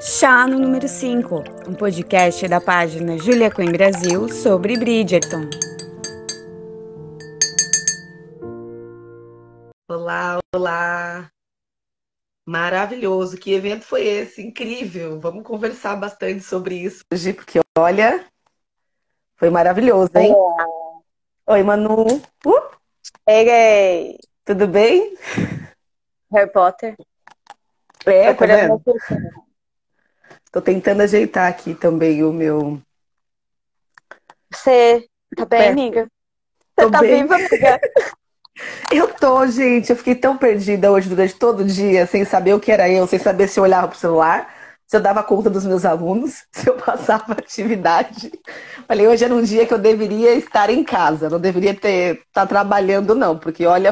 Chá no número 5, um podcast da página Julia Quinn Brasil sobre Bridgerton. Olá, olá! Maravilhoso! Que evento foi esse? Incrível! Vamos conversar bastante sobre isso hoje, porque olha, foi maravilhoso, hein? Olá. Oi, Manu! Peguei Tudo bem? Harry Potter. Tá Procurando meu vendo? cursinho. Tô tentando ajeitar aqui também o meu. Você tá bem, É, amiga? Você tô tá bem. viva, amiga? Eu tô, gente. Eu fiquei tão perdida hoje durante todo o dia, sem saber o que era eu, sem saber se eu olhava pro celular, se eu dava conta dos meus alunos, se eu passava atividade. Falei, hoje era um dia que eu deveria estar em casa, não deveria estar trabalhando, não, porque olha,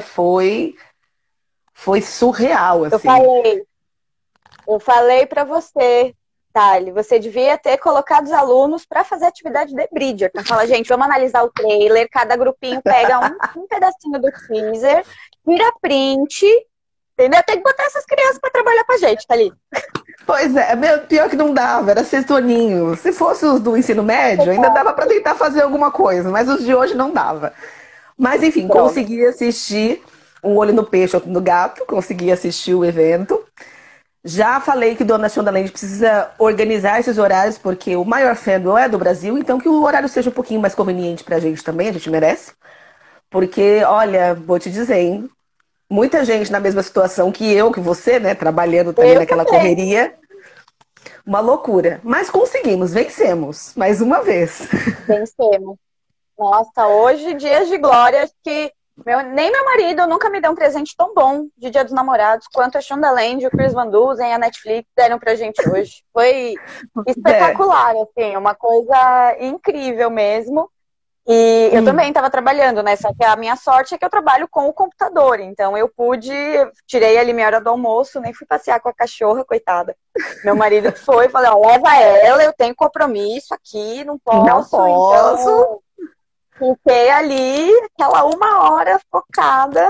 foi surreal, Eu assim. falei, eu falei pra você, Thali, você devia ter colocado os alunos pra fazer atividade de Bridgerton. Fala, gente, vamos analisar o trailer, cada grupinho pega um pedacinho do teaser, tira print, entendeu? Tem que botar essas crianças pra trabalhar pra gente, Thali. Pois é, pior que não dava, era sextoninho. Se fosse os do ensino médio, ainda dava para tentar fazer alguma coisa, mas os de hoje não dava. Mas enfim, Droga. consegui assistir Um Olho no Peixe, Outro no Gato, consegui assistir o evento. Já falei que Dona Shondaland precisa organizar esses horários, porque o maior fandom é do Brasil, então que o horário seja um pouquinho mais conveniente pra gente também, a gente merece. Porque, olha, vou te dizer, hein? Muita gente na mesma situação que eu, que você, né? Trabalhando também Eu naquela também. correria. Uma loucura. Mas conseguimos, vencemos. Mais uma vez. Vencemos. Nossa, hoje, dias de glória, acho que nem meu marido nunca me deu um presente tão bom de Dia dos Namorados quanto a Shondaland, o Chris Van Dusen e a Netflix deram pra gente hoje. Foi É. espetacular, assim, uma coisa incrível mesmo. E eu também estava trabalhando, né? Só que a minha sorte é que eu trabalho com o computador. Então eu tirei ali minha hora do almoço, nem fui passear com a cachorra, coitada. Meu marido que foi, falei, ó, leva ela, eu tenho compromisso aqui, não Não posso. posso. Então fiquei ali, aquela uma hora focada.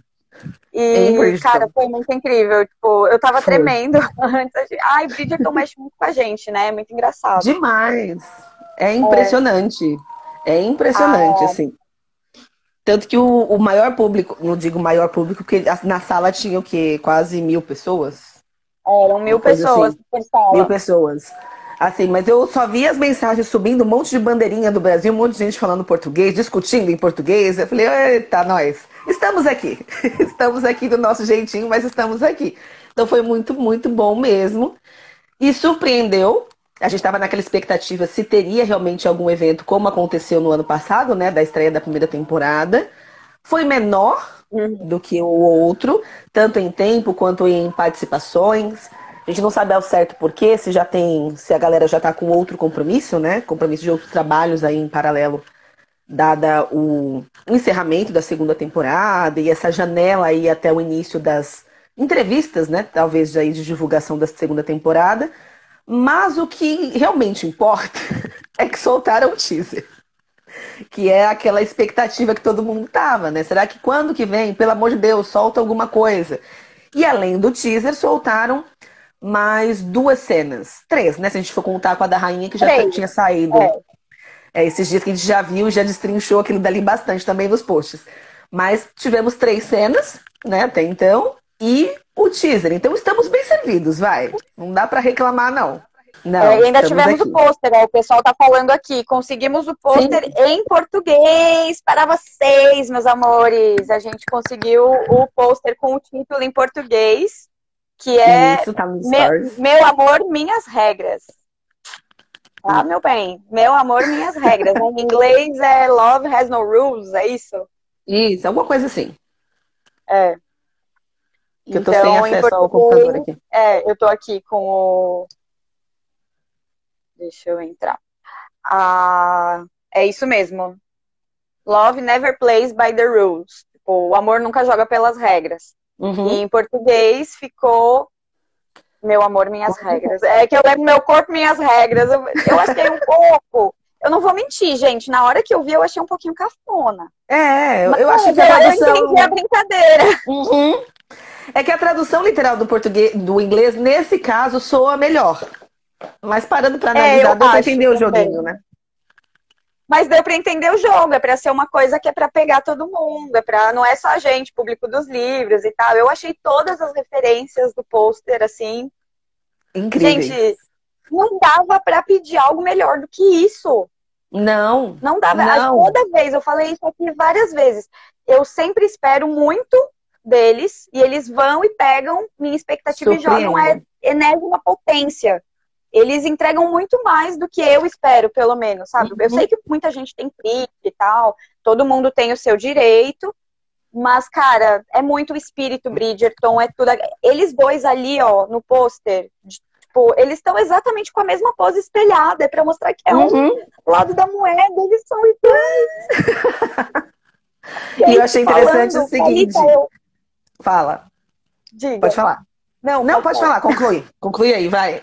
Em E, cara, Bridgerton. foi muito incrível. Tipo, eu tava Foi. tremendo antes. Ai, Bridgerton mexe muito com a gente, né? É muito engraçado. Demais. É É. impressionante. É impressionante, Ah, assim. Tanto que o maior público, não digo maior público, porque na sala tinha o quê? Quase 1.000 pessoas? eram Uma mil coisa pessoas assim. por Mil sala. pessoas. Assim, mas eu só vi as mensagens subindo, um monte de bandeirinha do Brasil, um monte de gente falando português, discutindo em português. Eu falei, eita, nós, estamos aqui. Estamos aqui do nosso jeitinho, mas estamos aqui. Então foi muito, muito bom mesmo. E surpreendeu. A gente estava naquela expectativa se teria realmente algum evento, como aconteceu no ano passado, né, da estreia da primeira temporada. Foi menor Uhum. do que o outro, tanto em tempo quanto em participações. A gente não sabe ao certo por quê, se a galera já está com outro compromisso, né? Compromisso de outros trabalhos aí em paralelo, dada o encerramento da segunda temporada e essa janela aí até o início das entrevistas, né? Talvez aí de divulgação da segunda temporada. Mas o que realmente importa é que soltaram o teaser. Que é aquela expectativa que todo mundo tava, né? Será que quando que vem, pelo amor de Deus, solta alguma coisa? E além do teaser, soltaram mais duas cenas. Três, né? Se a gente for contar com a da rainha que já Três. tinha saído. É. Esses dias que a gente já viu, já destrinchou aquilo dali bastante também nos posts. Mas tivemos três cenas, né, até então, e o teaser. Então estamos bem servidos, vai. Não dá pra reclamar, não. Não, E ainda estamos tivemos o aqui. pôster, ó, o pessoal tá falando aqui. Conseguimos o Sim, pôster em português para vocês, meus amores. A gente conseguiu o pôster com o título em português, que é isso, tá nos stories. Meu Amor, Minhas Regras. Tá, meu bem? Meu amor, minhas regras. Em inglês é Love Has No Rules, é isso? Isso, alguma coisa assim. É. Que eu tô sem Então, em acesso ao computador português, aqui. eu tô aqui com o. Deixa eu entrar. É isso mesmo. Love never plays by the rules. Tipo, o amor nunca joga pelas regras. E Uhum. em português ficou Meu amor, minhas regras. É que eu lembro meu corpo, minhas regras. Eu achei um pouco. Eu não vou mentir, gente. Na hora que eu vi, eu achei um pouquinho cafona. Mas Eu acho que a eu entendi a tradução. brincadeira. Uhum. É que a tradução literal do português, do inglês, nesse caso, soa melhor. Mas parando pra Eu analisar, deu pra acho entender o também. joguinho, né? Mas deu pra entender o jogo, é pra ser uma coisa que é pra pegar todo mundo, não é só a gente, público dos livros e tal. Eu achei todas as referências do pôster, assim, Incríveis. gente, não dava pra pedir algo melhor do que isso. Não, Não dava. não. Toda vez, eu falei isso aqui várias vezes. Eu sempre espero muito deles e eles vão e pegam minha expectativa e jogam a Surpreendem. enésima potência. Eles entregam muito mais do que eu espero, pelo menos, sabe? Eu sei que muita gente tem crítica e tal, todo mundo tem o seu direito, mas, cara, é muito o espírito Bridgerton, é tudo. Eles dois ali, ó, no pôster, tipo, eles estão exatamente com a mesma pose espelhada, é pra mostrar que é um Uhum. lado da moeda, eles são iguais. E eu achei interessante o seguinte. Thalita, Fala. diga. Pode falar. Não, pode falar. Conclui. Conclui aí, vai.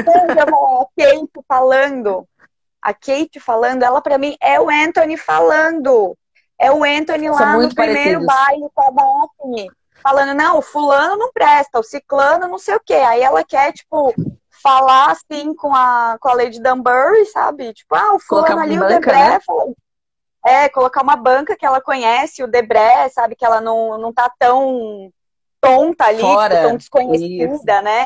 A Kate falando, ela pra mim é o Anthony falando. É o Anthony São lá no muito primeiro parecidos. baile com a Daphne. Falando, não, o fulano não presta, o ciclano não sei o quê. Aí ela quer, tipo, falar assim com a Lady Dunbury, sabe? Tipo, o Colocar fulano ali, uma o banca, Debré. né? Colocar uma banca que ela conhece, o Debré, sabe? Que ela não tá tão tonta ali, tipo, tão desconhecida, Isso. né?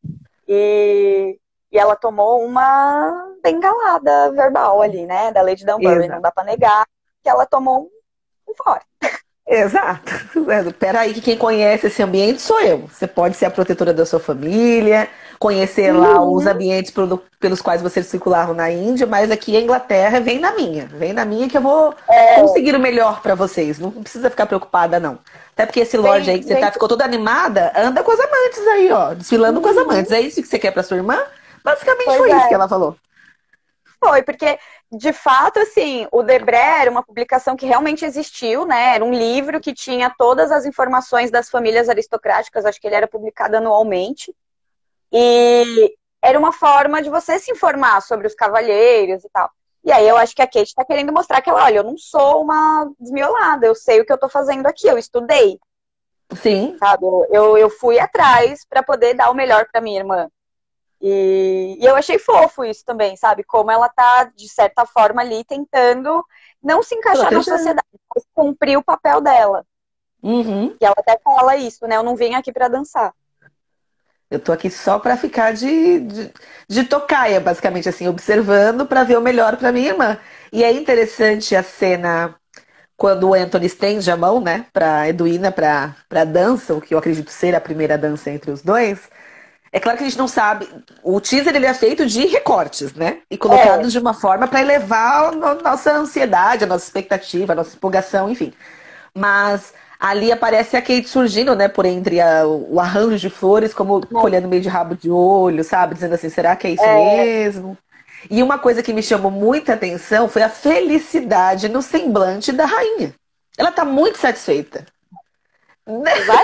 E ela tomou uma bengalada verbal ali, né? Da Lady Dunbury. Exato. Não dá pra negar que ela tomou um fora. Exato. Peraí, que quem conhece esse ambiente sou eu. Você pode ser a protetora da sua família, conhecer lá os ambientes pelos quais vocês circularam na Índia, mas aqui a Inglaterra vem na minha. Vem na minha que eu vou conseguir o melhor pra vocês. Não precisa ficar preocupada, não. Até porque esse Lorde aí que você ficou toda animada, anda com as amantes aí, ó. Desfilando com as amantes. É isso que você quer pra sua irmã? Basicamente foi isso que ela falou. Foi, porque, de fato, assim, o Debré era uma publicação que realmente existiu, né? Era um livro que tinha todas as informações das famílias aristocráticas, acho que ele era publicado anualmente. E era uma forma de você se informar sobre os cavalheiros e tal. E aí eu acho que a Kate tá querendo mostrar que ela, olha, eu não sou uma desmiolada, eu sei o que eu tô fazendo aqui, eu estudei. Sim. Sabe? Eu fui atrás para poder dar o melhor para minha irmã. E eu achei fofo isso também, sabe? Como ela tá, de certa forma, ali tentando não se encaixar na sociedade, mas cumprir o papel dela. Uhum. E ela até fala isso, né? Eu não vim aqui para dançar. Eu tô aqui só pra ficar de tocaia, basicamente, assim, observando pra ver o melhor pra minha irmã. E é interessante a cena quando o Anthony estende a mão, né, pra Edwina, pra dança, o que eu acredito ser a primeira dança entre os dois. É claro que a gente não sabe. O teaser ele é feito de recortes, né? E colocados de uma forma para elevar a nossa ansiedade, a nossa expectativa, a nossa empolgação, enfim. Mas ali aparece a Kate surgindo, né? Por entre o arranjo de flores, como colhendo meio de rabo de olho, sabe? Dizendo assim, será que é isso mesmo? E uma coisa que me chamou muita atenção foi a felicidade no semblante da rainha. Ela tá muito satisfeita. Vai.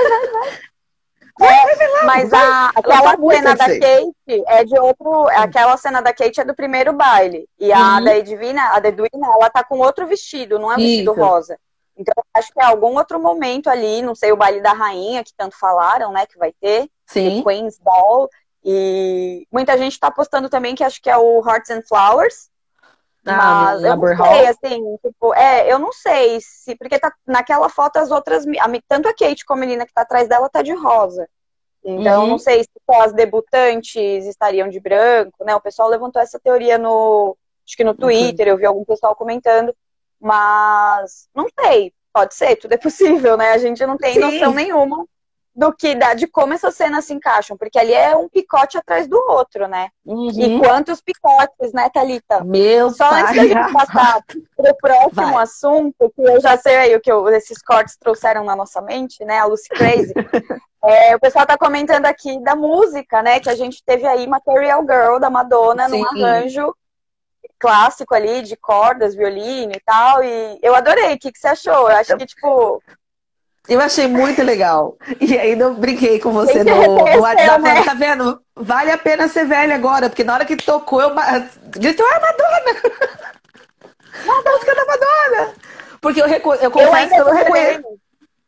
Mas aquela cena da Kate é de outro. Aquela cena da Kate é do primeiro baile. E a da Edwina, ela tá com outro vestido, não é um vestido rosa. Então, eu acho que é algum outro momento ali, não sei, o baile da rainha, que tanto falaram, né, que vai ter. Sim. O Queen's Ball. E muita gente tá postando também que acho que é o Hearts and Flowers. Mas eu não sei, assim, tipo, eu não sei se, porque tá naquela foto as outras, tanto a Kate como a menina que tá atrás dela tá de rosa. Então, não sei se só as debutantes estariam de branco, né? O pessoal levantou essa teoria acho que no Twitter, eu vi algum pessoal comentando, mas não sei, pode ser, tudo é possível, né? A gente não tem noção nenhuma de como essas cenas se encaixam, porque ali é um picote atrás do outro, né? E quantos picotes, né, Thalita? Só antes da gente passar pro próximo assunto, que eu já sei aí o que esses cortes trouxeram na nossa mente, né, a Lucy Crazy, o pessoal tá comentando aqui da música, né, que a gente teve aí Material Girl, da Madonna, num arranjo clássico ali, de cordas, violino e tal, e eu adorei. O que você achou? Eu acho que, tipo... Eu achei muito legal. E ainda eu brinquei com você no WhatsApp, né? Tá vendo? Vale a pena ser velha agora, porque na hora que tocou, eu gritou, Madonna! A música da Madonna! Porque eu confesso que eu não reconheço.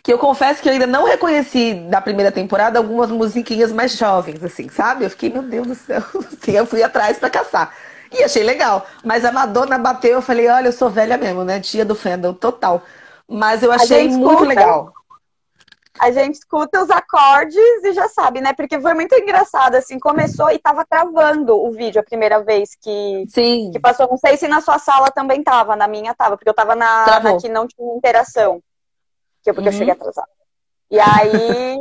que eu confesso que eu ainda não reconheci da primeira temporada algumas musiquinhas mais jovens, assim, sabe? Eu fiquei, meu Deus do céu, assim, eu fui atrás pra caçar. E achei legal. Mas a Madonna bateu, eu falei, olha, eu sou velha mesmo, né? Tia do fandom, total. Mas eu A achei gente muito escuta, legal. a gente escuta os acordes e já sabe, né? Porque foi muito engraçado, assim, começou e tava travando o vídeo a primeira vez que Sim, passou. Não sei se na sua sala também tava, na minha tava, porque eu tava na travou. que não tinha interação, porque eu cheguei Uhum. atrasada. E aí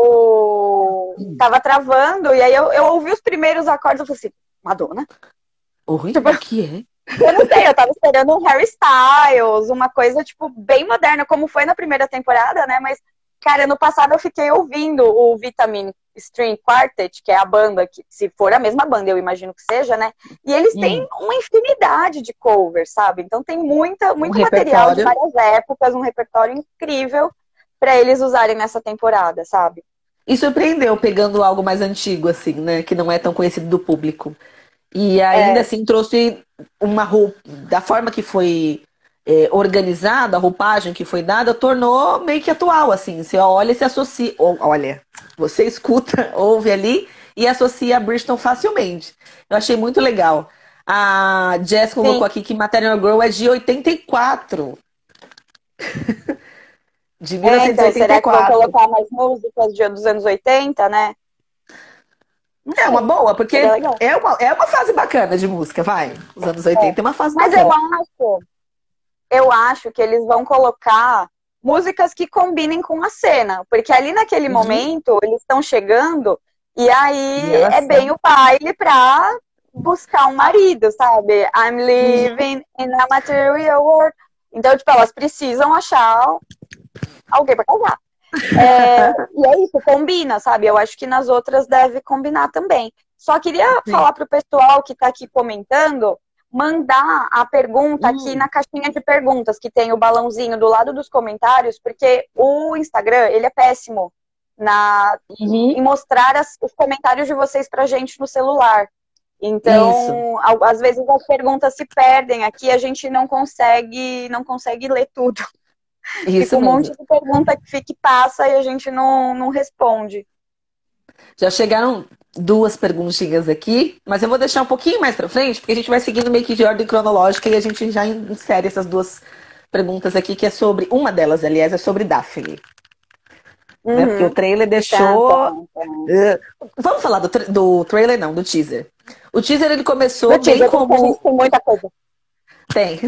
tava travando, e aí eu ouvi os primeiros acordes, eu falei assim, Madonna? Oi, Tipo, o que é? eu não sei, eu tava esperando um Harry Styles, uma coisa, tipo, bem moderna, como foi na primeira temporada, né? Mas, cara, no passado eu fiquei ouvindo o Vitamin String Quartet, que é a banda, que se for a mesma banda, eu imagino que seja, né? E eles têm Hum, uma infinidade de covers, sabe? Então tem um muito material de repertório. várias épocas, um repertório incrível pra eles usarem nessa temporada, sabe? E surpreendeu, pegando algo mais antigo, assim, né? Que não é tão conhecido do público. E ainda É, assim trouxe uma roupa, da forma que foi organizada, a roupagem que foi dada, tornou meio que atual, assim. Você olha e se associa. Olha, você escuta, ouve ali e associa a Bridgerton facilmente. Eu achei muito legal. A Jess sim. colocou aqui que Material Girl é de 84. De É, então, será que vão 1984. colocar mais músicas dos anos 80, né? Não É uma sei. boa, porque Seria legal. é uma fase bacana de música, vai. Os anos É. 80 é uma fase Mas bacana. eu acho que eles vão colocar músicas que combinem com a cena, porque ali naquele Uhum. momento eles estão chegando e E aí é elas bem são. o baile pra buscar um marido, sabe? I'm Uhum. living in a material world. Então, tipo, elas precisam achar alguém pra casar. E é isso, combina, sabe? Eu acho que nas outras deve combinar também. Só queria Sim. falar pro pessoal que tá aqui comentando, mandar a pergunta aqui Hum. na caixinha de perguntas, que tem o balãozinho do lado dos comentários, porque o Instagram, ele é péssimo em Uhum. mostrar os comentários de vocês pra gente no celular. Isso, Então, às vezes as perguntas se perdem aqui, a gente não consegue ler tudo. isso Fica um monte mesmo. de pergunta que fica e passa e a gente não responde. Já chegaram duas perguntinhas aqui, mas eu vou deixar um pouquinho mais pra frente, porque a gente vai seguindo meio que de ordem cronológica e a gente já insere essas duas perguntas aqui, que é sobre, uma delas, aliás, é sobre Daphne, né? Porque o Uhum. trailer Tan, deixou. tan, tan. Vamos falar do trailer, não, do teaser. O teaser ele Do começou bem teaser, porque a como. gente tem muita coisa. Tem.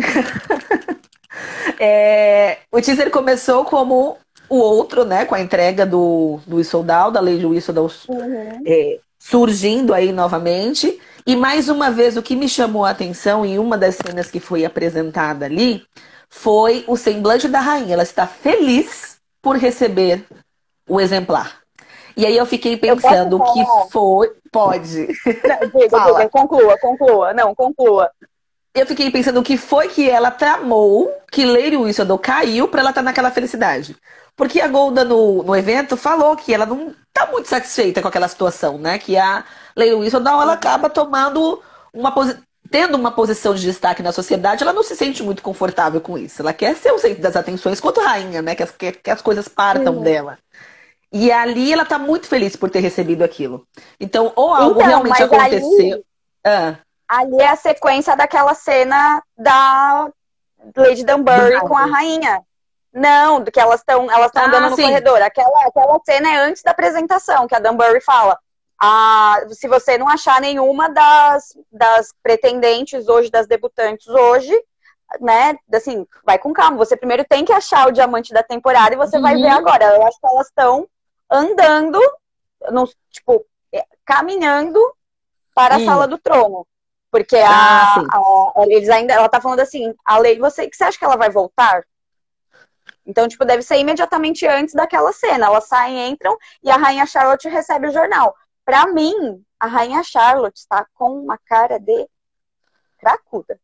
O teaser começou como o outro, né? Com a entrega do Whistledown, da Lady Whistledown Uhum. surgindo aí novamente. E mais uma vez, o que me chamou a atenção em uma das cenas que foi apresentada ali foi o semblante da rainha. Ela está feliz por receber o exemplar. E aí eu fiquei Eu posso pensando o que falar? foi. Pode. Não, diga, Fala. conclua. Não, conclua. Eu fiquei pensando o que foi que ela tramou que Lady Whistledown caiu pra ela estar naquela felicidade. Porque a Golda no evento falou que ela não tá muito satisfeita com aquela situação, né? Que a Lady Whistledown ela acaba tomando tendo uma posição de destaque na sociedade, ela não se sente muito confortável com isso. Ela quer ser o centro das atenções quanto rainha, né? Que as coisas partam Uhum. dela. E ali ela tá muito feliz por ter recebido aquilo. Então, ou algo Então, realmente mas aconteceu. Ah, ali é a sequência daquela cena da Lady do Dunbury com a nada. rainha. Não, do que elas estão andando Ah, no sim. corredor. Aquela cena é antes da apresentação, que a Dunbury fala. Se você não achar nenhuma das pretendentes hoje, das debutantes hoje, né, assim, vai com calma. Você primeiro tem que achar o diamante da temporada e você vai ver Uhum. agora. Eu acho que elas estão andando, tipo, caminhando para a sala Hum. do trono. Porque Ah, sim. ela tá falando assim, a lei, você acha que ela vai voltar? Então, tipo, deve ser imediatamente antes daquela cena. Elas saem, entram e a Rainha Charlotte recebe o jornal. Pra mim, a Rainha Charlotte está com uma cara de cracuda.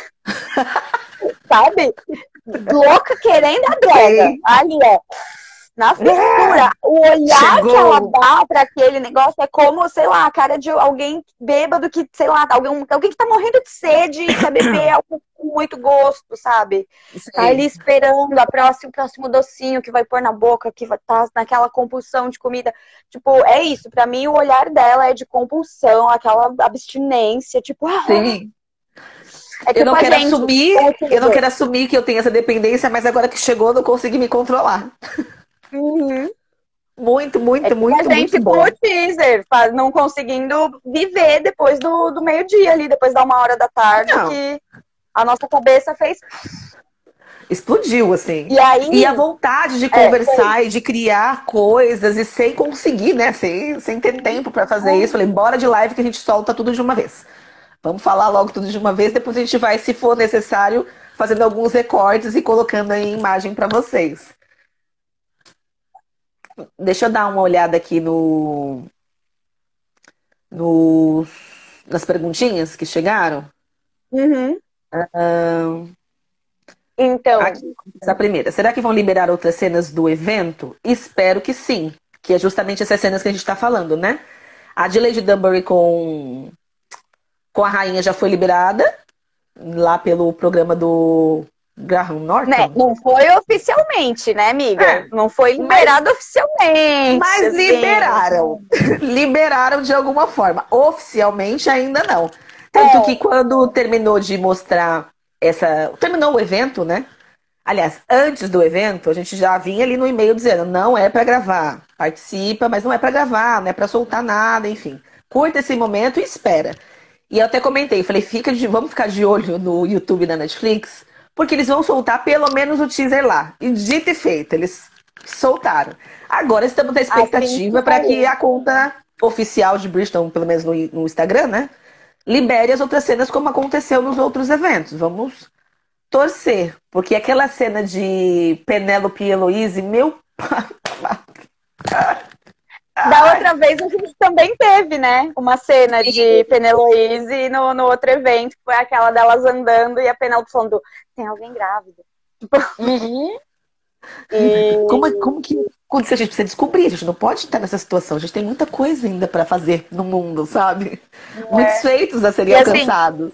Sabe? Louca querendo a droga. Sei. Ali, ó. na fissura. O olhar Chegou. que ela dá pra aquele negócio é como, sei lá, a cara de alguém bêbado que, sei lá, alguém que tá morrendo de sede e quer beber algo com muito gosto, sabe? Tá ali esperando o próximo docinho que vai pôr na boca, que vai estar naquela compulsão de comida. Tipo, é isso. Pra mim, o olhar dela é de compulsão, aquela abstinência, tipo... Sim. É tipo Eu não a quero gente, assumir, como eu não teaser. quero assumir que eu tenho essa dependência, mas agora que chegou, eu não consegui me controlar. Uhum. Muito, É muito, tipo a muito, muito gente com bom. o teaser, não conseguindo viver depois do meio-dia ali, depois da 1 hora da tarde, Não, que a nossa cabeça fez. explodiu, assim. E aí, E a vontade de conversar e de criar coisas e sem conseguir, né? Sem ter tempo pra fazer isso. Falei, bora de live que a gente solta tudo de uma vez. Vamos falar logo tudo de uma vez, depois a gente vai, se for necessário, fazendo alguns recortes e colocando aí imagem pra vocês. Deixa eu dar uma olhada aqui nos, nas perguntinhas que chegaram. uhum. Ahn, Então, Aqui, essa primeira. Será que vão liberar outras cenas do evento? Espero que sim. Que é justamente essas cenas que a gente está falando, né? A de Lady Dunbury com a rainha já foi liberada lá pelo programa do Graham né, Norton. não foi oficialmente, né, amiga? É, Não foi mas, liberado oficialmente, mas assim. liberaram. Liberaram de alguma forma. Oficialmente ainda não. Tanto que É, quando terminou de mostrar essa. Terminou o evento, né? Aliás, antes do evento, a gente já vinha ali no e-mail dizendo, não é pra gravar. Participa, mas não é pra gravar, não é pra soltar nada, enfim. Curta esse momento e espera. E eu até comentei, falei, vamos ficar de olho no YouTube da Netflix, porque eles vão soltar pelo menos o teaser lá. E dito e feito, eles soltaram. Agora estamos na assim que expectativa para que saiu. a conta oficial de Bridgerton, pelo menos no Instagram, né? Libere as outras cenas como aconteceu nos outros eventos. Vamos torcer, porque aquela cena de Penélope e Heloise, meu pai. Da Ai, outra vez a gente também teve, né? Uma cena de Peneloise no outro evento, que foi aquela delas andando e a Penelope falando, tem alguém grávida. uhum. E Como que aconteceu? A gente precisa descobrir, a gente não pode estar nessa situação. A gente tem muita coisa ainda para fazer no mundo, sabe? Muitos feitos a serem E assim, alcançados.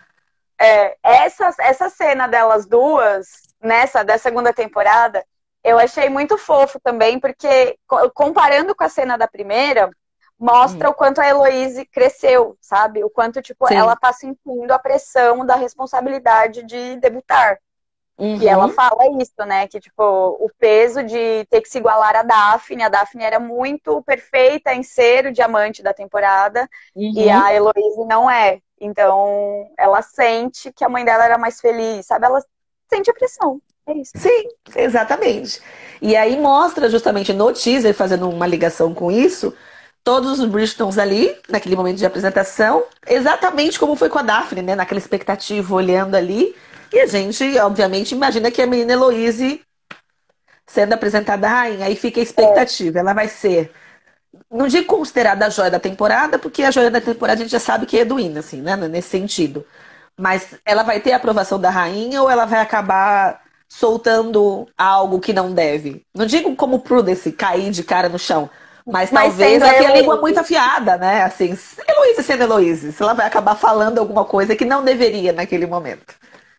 essa cena delas duas, da segunda temporada, eu achei muito fofo também, porque comparando com a cena da primeira, mostra o quanto a Heloise cresceu, sabe? O quanto, tipo, ela Sim. tá sentindo a pressão da responsabilidade de debutar. E ela Uhum. fala isso, né? Que, tipo, o peso de ter que se igualar a Daphne era muito perfeita em ser o diamante da temporada, e Uhum. a Heloise não é. Então, ela sente que a mãe dela era mais feliz, sabe? Ela sente a pressão. É isso. Sim, exatamente. E aí mostra justamente no teaser, fazendo uma ligação com isso, todos os Bridgertons ali, naquele momento de apresentação, exatamente como foi com a Daphne, né? Naquela expectativa, olhando ali. E a gente, obviamente, imagina que a menina Heloise sendo apresentada à rainha. Aí fica a expectativa. Ela vai ser, não digo considerada a joia da temporada, porque a joia da temporada a gente já sabe que é Edwina, assim, né? Nesse sentido. Mas ela vai ter a aprovação da rainha ou ela vai acabar soltando algo que não deve? Não digo como Prudence cair de cara no chão, mas Mas talvez sendo ela a tenha a língua muito Heloise. afiada, né? Assim, Heloísa sendo Heloísa, se ela vai acabar falando alguma coisa que não deveria naquele momento.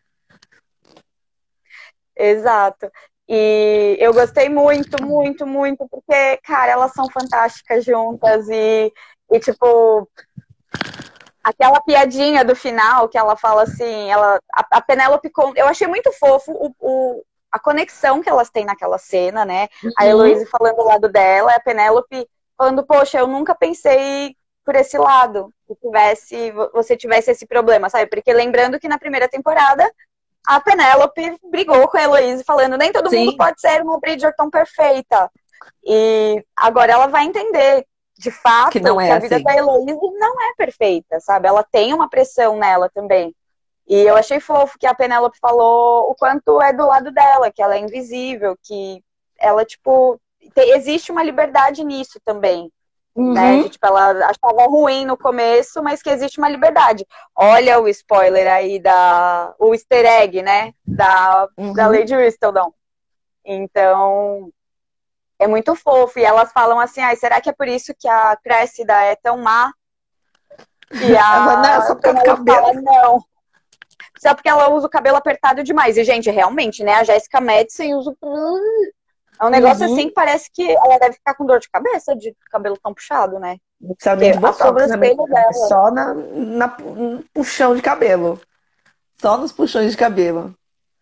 Exato. E eu gostei muito, muito, muito, porque, cara, elas são fantásticas juntas tipo, aquela piadinha do final que ela fala assim, a Penélope, eu achei muito fofo a conexão que elas têm naquela cena, né? A Uhum. Heloise falando do lado dela, e a Penélope falando, poxa, eu nunca pensei por esse lado, que você tivesse esse problema, sabe? Porque lembrando que na primeira temporada a Penélope brigou com a Heloise falando, nem todo mundo Sim, pode ser uma Bridgerton perfeita. E agora ela vai entender, de que fato, não que é a vida assim. da Heloise não é perfeita, sabe? Ela tem uma pressão nela também. E eu achei fofo que a Penélope falou o quanto é do lado dela, que ela é invisível, que ela, tipo, existe uma liberdade nisso também, né? Uhum. Que, tipo, ela achava ruim no começo, mas que existe uma liberdade. Olha o spoiler aí o easter egg, né? Da Uhum. Lady Whistledown. Então, É muito fofo. E elas falam assim, ai, será que é por isso que a Cressida é tão má? E Ela, não, a só por causa do Penélope cabelo. fala, não. Só porque ela usa o cabelo apertado demais. E, gente, realmente, né? A Jéssica Madison usa. É um negócio assim que Uhum. parece que ela deve ficar com dor de cabeça de cabelo tão puxado, né? Não precisa nem Porque de a botox, né, sobrancelha menina? É dela. só no puxão de cabelo. Só nos puxões de cabelo.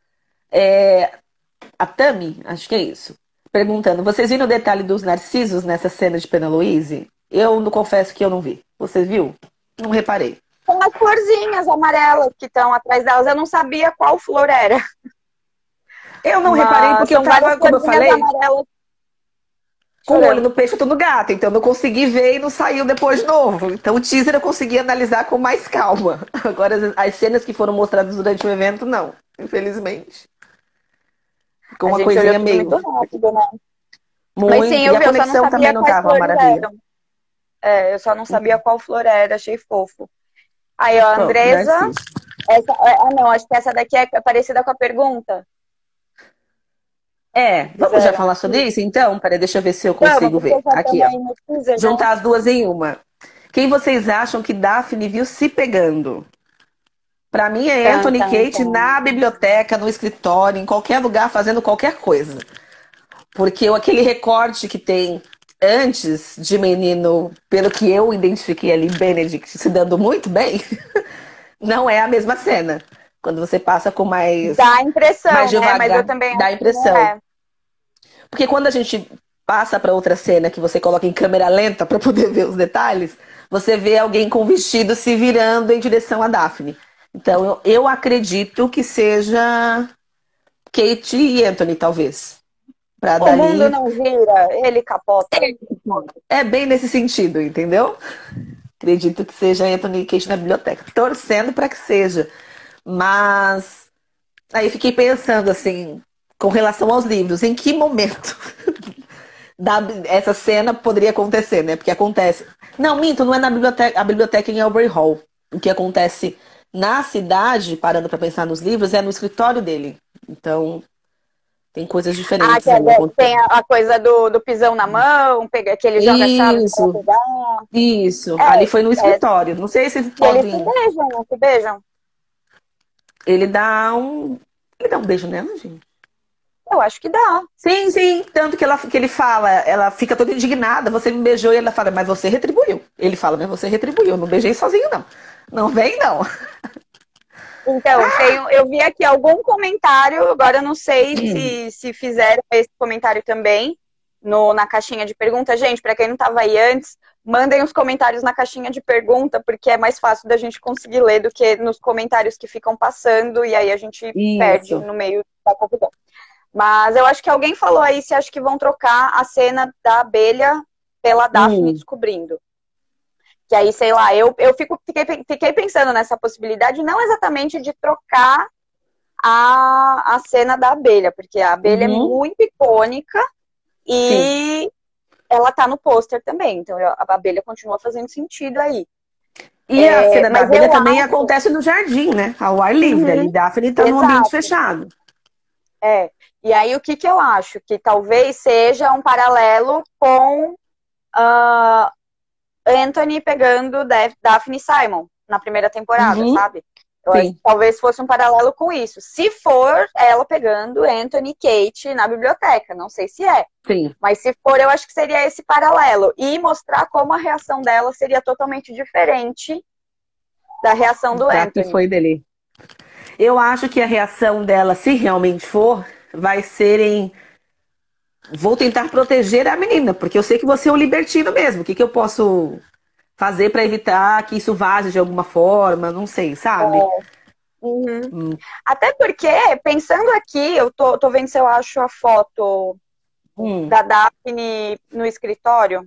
A Tami, acho que é isso. Perguntando, vocês viram o detalhe dos narcisos nessa cena de Pena Louise? Eu não confesso que eu não vi. Você viu? Não reparei. Com as florzinhas amarelas que estão atrás delas. Eu não sabia qual flor era. Eu não reparei Mas porque eu são várias tava, como eu florzinhas falei, amarelas com o olho chorando. no peixe todo gato. Então eu não consegui ver e não saiu depois de novo. Então o teaser eu consegui analisar com mais calma. Agora as cenas que foram mostradas durante o evento, não. Infelizmente. Ficou A uma gente olhou coisinha tudo meio. muito rápido, né? Mas sim, Muito. E eu a vi, eu só não conexão também sabia não quais tava uma flores maravilha. eram. É, eu só não sabia qual flor era, achei fofo. Aí, ó, Bom, Andresa. Narciso. Não, acho que essa daqui é parecida com a pergunta que Vamos já fizeram falar sobre aqui. isso então? Peraí, deixa eu ver se eu Vamos, consigo porque ver. já Aqui, estamos ó. aí no teaser, né? Juntar as duas em uma. Quem vocês acham que Daphne viu se pegando? Pra mim é Tan, Anthony e tan, Kate tan. na biblioteca, no escritório, em qualquer lugar, fazendo qualquer coisa. Porque aquele recorte que tem antes de menino, pelo que eu identifiquei ali, Benedict se dando muito bem, não é a mesma cena. Quando você passa com Dá a mais impressão, né? Mas eu devagar, também dá a acho que não impressão. é. Porque quando a gente passa para outra cena que você coloca em câmera lenta para poder ver os detalhes, você vê alguém com o vestido se virando em direção a Daphne. Então eu acredito que seja Kate e Anthony, talvez. Para O mundo dali. não gira, ele capota. É bem nesse sentido, entendeu? Acredito que seja Anthony e Kate na biblioteca. Torcendo para que seja. Mas aí fiquei pensando assim, com relação aos livros, em que momento essa cena poderia acontecer, né? Porque acontece. Não, minto, não é na biblioteca, a biblioteca é em Aubrey Hall. O que acontece na cidade, parando para pensar nos livros, é no escritório dele. Então, tem coisas Ah, diferentes ali tem acontecendo. a coisa do pisão na mão, que ele joga chaves para Isso, pegar. isso. Ali foi no É, escritório. Não sei se e eles se podem. beijam, não se beijam? Ele dá um. Ele dá um beijo nela, gente. Eu acho que dá. Sim, sim. Tanto que ele fala, ela fica toda indignada. Você me beijou e ela fala, mas você retribuiu. Ele fala, mas você retribuiu. Eu não beijei sozinho, não. Não vem, não. Então, eu vi aqui algum comentário, agora eu não sei se fizeram esse comentário também na caixinha de pergunta. Gente, para quem não estava aí antes, mandem os comentários na caixinha de pergunta, porque é mais fácil da gente conseguir ler do que nos comentários que ficam passando, e aí a gente perde Isso. no meio da confusão. Mas eu acho que alguém falou aí se acha que vão trocar a cena da abelha pela Daphne descobrindo. Que aí, sei lá, fiquei pensando nessa possibilidade, não exatamente de trocar a cena da abelha, porque a abelha é muito icônica e Sim. ela tá no pôster também, então a abelha continua fazendo sentido aí. E a cena da Mas abelha eu também acho. acontece no jardim, né? Ao ar livre. Ali, Daphne tá num ambiente Exato. fechado. E aí, o que eu acho? Que talvez seja um paralelo com Anthony pegando Daphne e Simon na primeira temporada, sabe? Eu acho Sim. que talvez fosse um paralelo com isso. Se for ela pegando Anthony e Kate na biblioteca, não sei se é. Sim. Mas se for, eu acho que seria esse paralelo. E mostrar como a reação dela seria totalmente diferente da reação do Da que Anthony. foi dele. Eu acho que a reação dela, se realmente for, vai ser em vou tentar proteger a menina, porque eu sei que você é um libertino mesmo. O que eu posso fazer para evitar que isso vaze de alguma forma? Não sei, sabe? Até porque, pensando aqui, eu tô vendo se eu acho a foto da Daphne no escritório,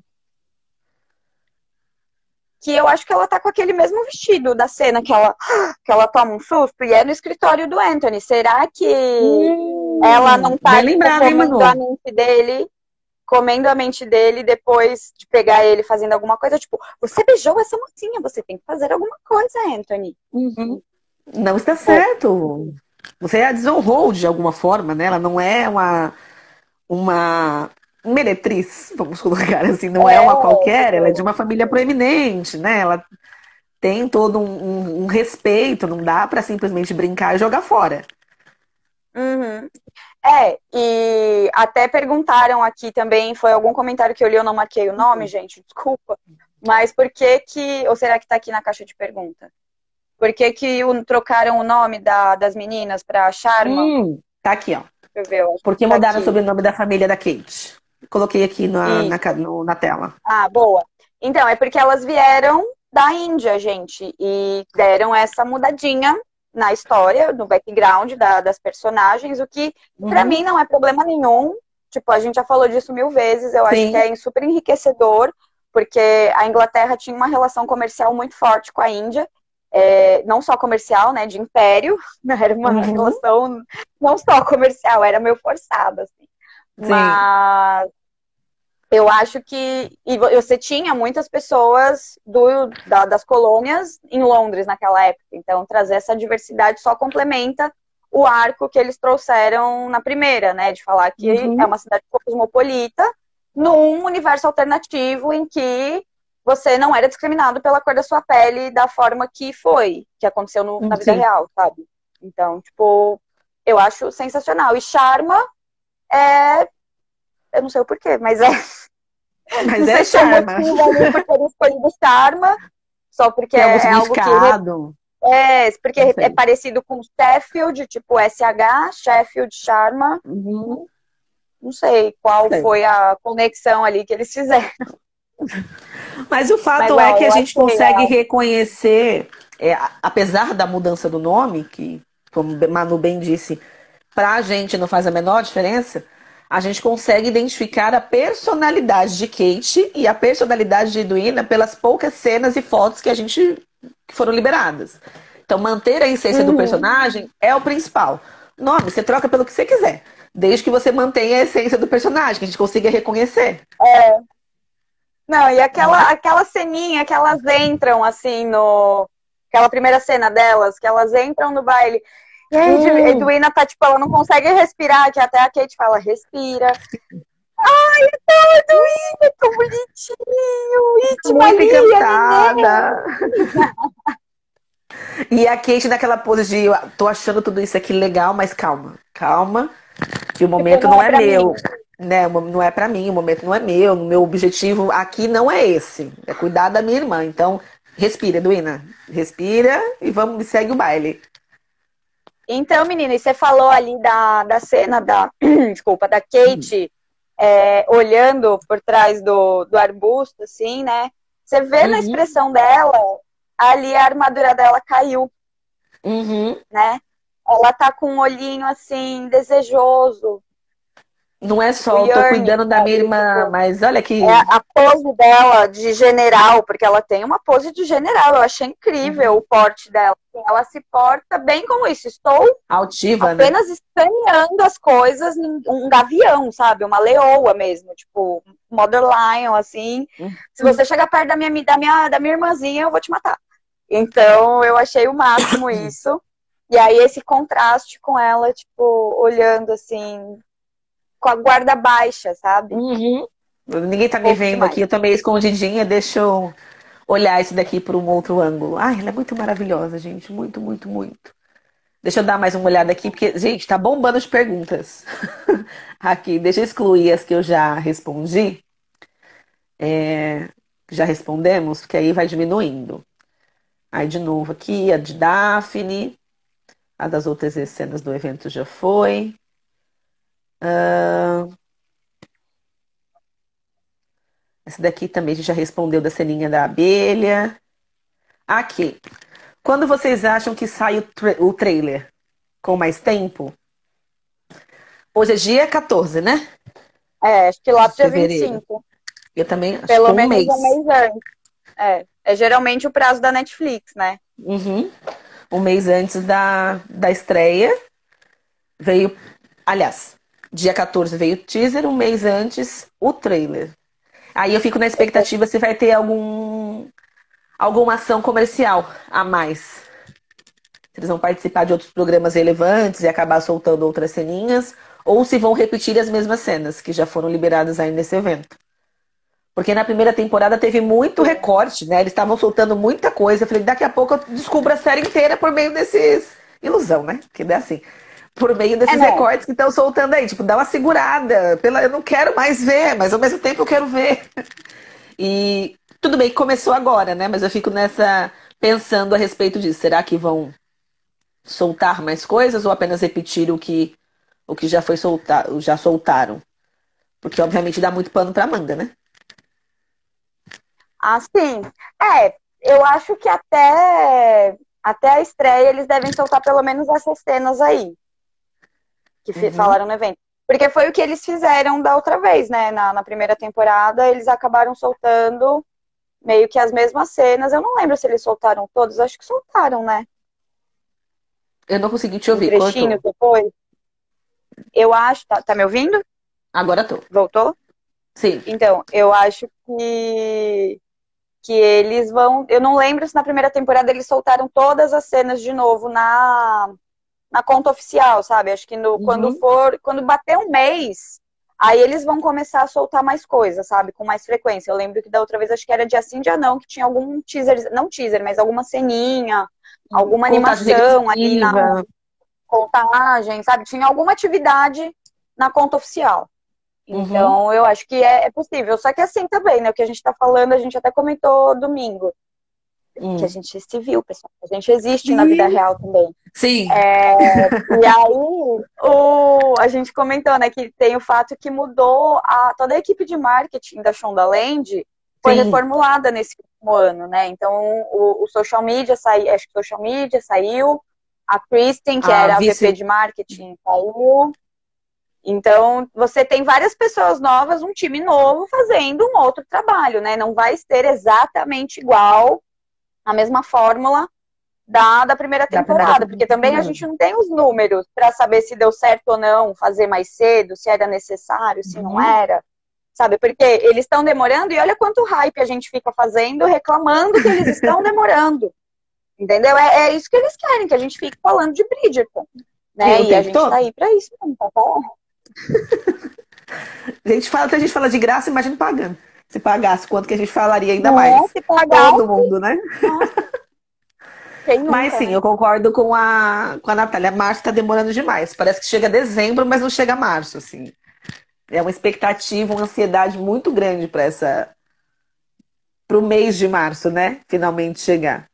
que eu acho que ela tá com aquele mesmo vestido da cena que ela toma um susto, e é no escritório do Anthony. Será que ela não tá Bem lembrado, hein, comendo Manu? comendo a mente dele depois de pegar ele fazendo alguma coisa? Tipo, você beijou essa mocinha, você tem que fazer alguma coisa, Anthony. Não está certo. Você a desonrou de alguma forma, né? Ela não é uma meretriz, vamos colocar assim, não é uma qualquer, ela é de uma família proeminente, né? Ela tem todo um respeito, não dá pra simplesmente brincar e jogar fora. Uhum. E até perguntaram aqui também, foi algum comentário que eu li, eu não marquei o nome, gente, desculpa. Mas por que que, ou será que tá aqui na caixa de pergunta? Por que que trocaram o nome das meninas pra Sharma? Tá aqui, ó. Deixa eu ver, eu acho Porque que tá mudaram o aqui. sobrenome da família da Kate. Coloquei aqui na tela. Ah, boa. Então, é porque elas vieram da Índia, gente, e deram essa mudadinha na história, no background das personagens, o que pra mim não é problema nenhum. Tipo, a gente já falou disso 1000 vezes, eu acho que é super enriquecedor, porque a Inglaterra tinha uma relação comercial muito forte com a Índia, não só comercial, né, de império, era uma relação não só comercial, era meio forçada, assim. Mas eu acho que você tinha muitas pessoas das colônias em Londres naquela época, então trazer essa diversidade só complementa o arco que eles trouxeram na primeira, né, de falar que é uma cidade cosmopolita num universo alternativo em que você não era discriminado pela cor da sua pele da forma que aconteceu na vida real, sabe? Então, tipo, eu acho sensacional. E Sharma eu não sei o porquê, mas Mas é Sharma. Por ter escolhido Sharma, só porque é algo que... porque é parecido com Sheffield, tipo SH, Sheffield, Sharma. Não sei qual foi a conexão ali que eles fizeram. Mas o fato é que a gente consegue reconhecer, apesar da mudança do nome, que, como Manu bem disse, pra gente não faz a menor diferença, a gente consegue identificar a personalidade de Kate e a personalidade de Edwina pelas poucas cenas e fotos que foram liberadas. Então, manter a essência do personagem é o principal. Nome, você troca pelo que você quiser, desde que você mantenha a essência do personagem, que a gente consiga reconhecer. Não, e aquela ceninha que elas entram, assim, aquela primeira cena delas, que elas entram no baile. E a Edwina tá, tipo, ela não consegue respirar, que até a Kate fala, respira. Ai, Edwina, tão bonitinho. Muito encantada. E a Kate naquela pose de, tô achando tudo isso aqui legal, mas calma, que o momento não é meu. Né, não é pra mim, o momento não é meu, o meu objetivo aqui não é esse, é cuidar da minha irmã. Então, respira, Edwina, respira e segue o baile. Então, menina, e você falou ali da cena desculpa, da Kate olhando por trás do arbusto, assim, né? Você vê na expressão dela, ali a armadura dela caiu, né? Ela tá com um olhinho, assim, desejoso. Não é só, eu tô cuidando da minha irmã, mas olha que... a pose dela de general, porque ela tem uma pose de general, eu achei incrível o porte dela. Ela se porta bem como isso, estou altiva, apenas escaneando as coisas, um gavião, sabe? Uma leoa mesmo, tipo, Mother Lion, assim. Se você chegar perto da minha irmãzinha, eu vou te matar. Então, eu achei o máximo isso. E aí, esse contraste com ela, tipo, olhando assim... com a guarda baixa, sabe? Ninguém tá me vendo aqui, eu tô meio escondidinha, deixa eu olhar isso daqui por um outro ângulo. Ai, ela é muito maravilhosa, gente, muito, muito, muito. Deixa eu dar mais uma olhada aqui, porque, gente, tá bombando as perguntas. Aqui, deixa eu excluir as que eu já respondi. Já respondemos, porque aí vai diminuindo. Aí, de novo aqui, a de Daphne. A das outras cenas do evento já foi. Essa daqui também a gente já respondeu da ceninha da abelha. Aqui. Quando vocês acham que sai o trailer? Com mais tempo? Hoje é dia 14, né? Acho que lá pro dia 25. Eu também acho. Pelo menos um mês antes. É geralmente o prazo da Netflix, né? Um mês antes da estreia. Veio... Aliás, dia 14 veio o teaser, um mês antes o trailer. Aí eu fico na expectativa se vai ter alguma ação comercial a mais. Se eles vão participar de outros programas relevantes e acabar soltando outras ceninhas, ou se vão repetir as mesmas cenas que já foram liberadas aí nesse evento. Porque na primeira temporada teve muito recorte, né? Eles estavam soltando muita coisa. Eu falei, daqui a pouco eu descubro a série inteira por meio desses... Ilusão, né? Que é assim. Por meio desses recortes que estão soltando aí. Tipo, dá uma segurada. Eu não quero mais ver, mas ao mesmo tempo eu quero ver. E tudo bem que começou agora, né? Mas eu fico pensando a respeito disso. Será que vão soltar mais coisas ou apenas repetir o que já foi soltado, já soltaram? Porque obviamente dá muito pano pra manga, né? Assim, eu acho que até a estreia eles devem soltar pelo menos essas cenas aí, que falaram no evento. Porque foi o que eles fizeram da outra vez, né? Na primeira temporada, eles acabaram soltando meio que as mesmas cenas. Eu não lembro se eles soltaram todos, acho que soltaram, né? Eu não consegui te ouvir. Um trechinho depois. Eu acho... Tá me ouvindo? Agora tô. Voltou? Sim. Então, eu acho que eles vão... Eu não lembro se na primeira temporada eles soltaram todas as cenas de novo na conta oficial, sabe? Acho que quando bater um mês, aí eles vão começar a soltar mais coisas, sabe? Com mais frequência. Eu lembro que da outra vez, acho que era dia sim, dia não, que tinha algum teaser, não teaser, mas alguma ceninha, alguma animação ali na contagem, sabe? Tinha alguma atividade na conta oficial. Então, eu acho que é possível. Só que assim também, né? O que a gente tá falando, a gente até comentou domingo. Que a gente se viu, pessoal. A gente existe na vida real também. Sim. E aí, a gente comentou, né, que tem o fato que mudou toda a equipe de marketing da Shondaland foi reformulada nesse último ano, né? Então, o social media saiu, acho que o social media saiu, a Kristen, que era a VP de marketing, saiu. Então, você tem várias pessoas novas, um time novo fazendo um outro trabalho, né? Não vai ser exatamente igual a mesma fórmula da primeira temporada, porque também a gente não tem os números para saber se deu certo ou não fazer mais cedo, se era necessário, se não era, sabe? Porque eles estão demorando e olha quanto hype a gente fica fazendo, reclamando que eles estão demorando, entendeu? É isso que eles querem, que a gente fique falando de Bridgerton, né? E a gente tá aí pra isso, não tá bom? Se a gente fala de graça, imagina pagando. Se pagasse, quanto que a gente falaria ainda mais? Se pagasse, todo mundo, né? Mas sim, eu concordo com a Natália. Março tá demorando demais. Parece que chega dezembro, mas não chega março, assim. É uma expectativa, uma ansiedade muito grande pro mês de março, né? Finalmente chegar.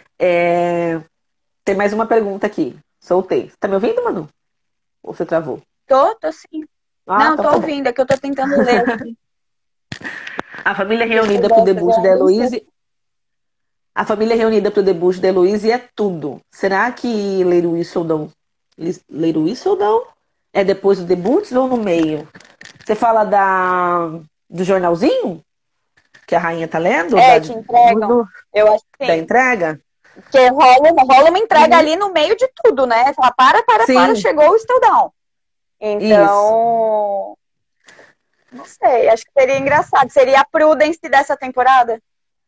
Tem mais uma pergunta aqui. Soltei. Tá me ouvindo, Manu? Ou você travou? Tô sim. Não, tô ouvindo, é que eu tô tentando ler aqui. A família reunida pro debut da Heloise. A família reunida pro debut da Heloise é tudo. Será que Lady Whistledown é depois do debut ou no meio? Você fala do jornalzinho? Que a rainha tá lendo? Que entregam. Eu acho que sim. Da entrega? Porque rola uma entrega ali no meio de tudo, né? Fala, para, chegou o Whistledown. Então, não sei, acho que seria engraçado. Seria a Prudence dessa temporada.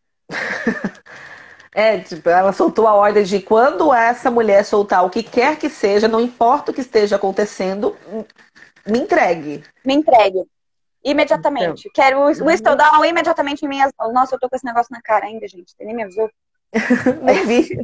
Tipo, ela soltou a ordem de quando essa mulher soltar o que quer que seja, não importa o que esteja acontecendo, me entregue. Me entregue. Imediatamente. Então. Quero o Whistledown imediatamente em minhas mãos. Nossa, eu tô com esse negócio na cara ainda, gente. Você nem me avisou. Nem vi.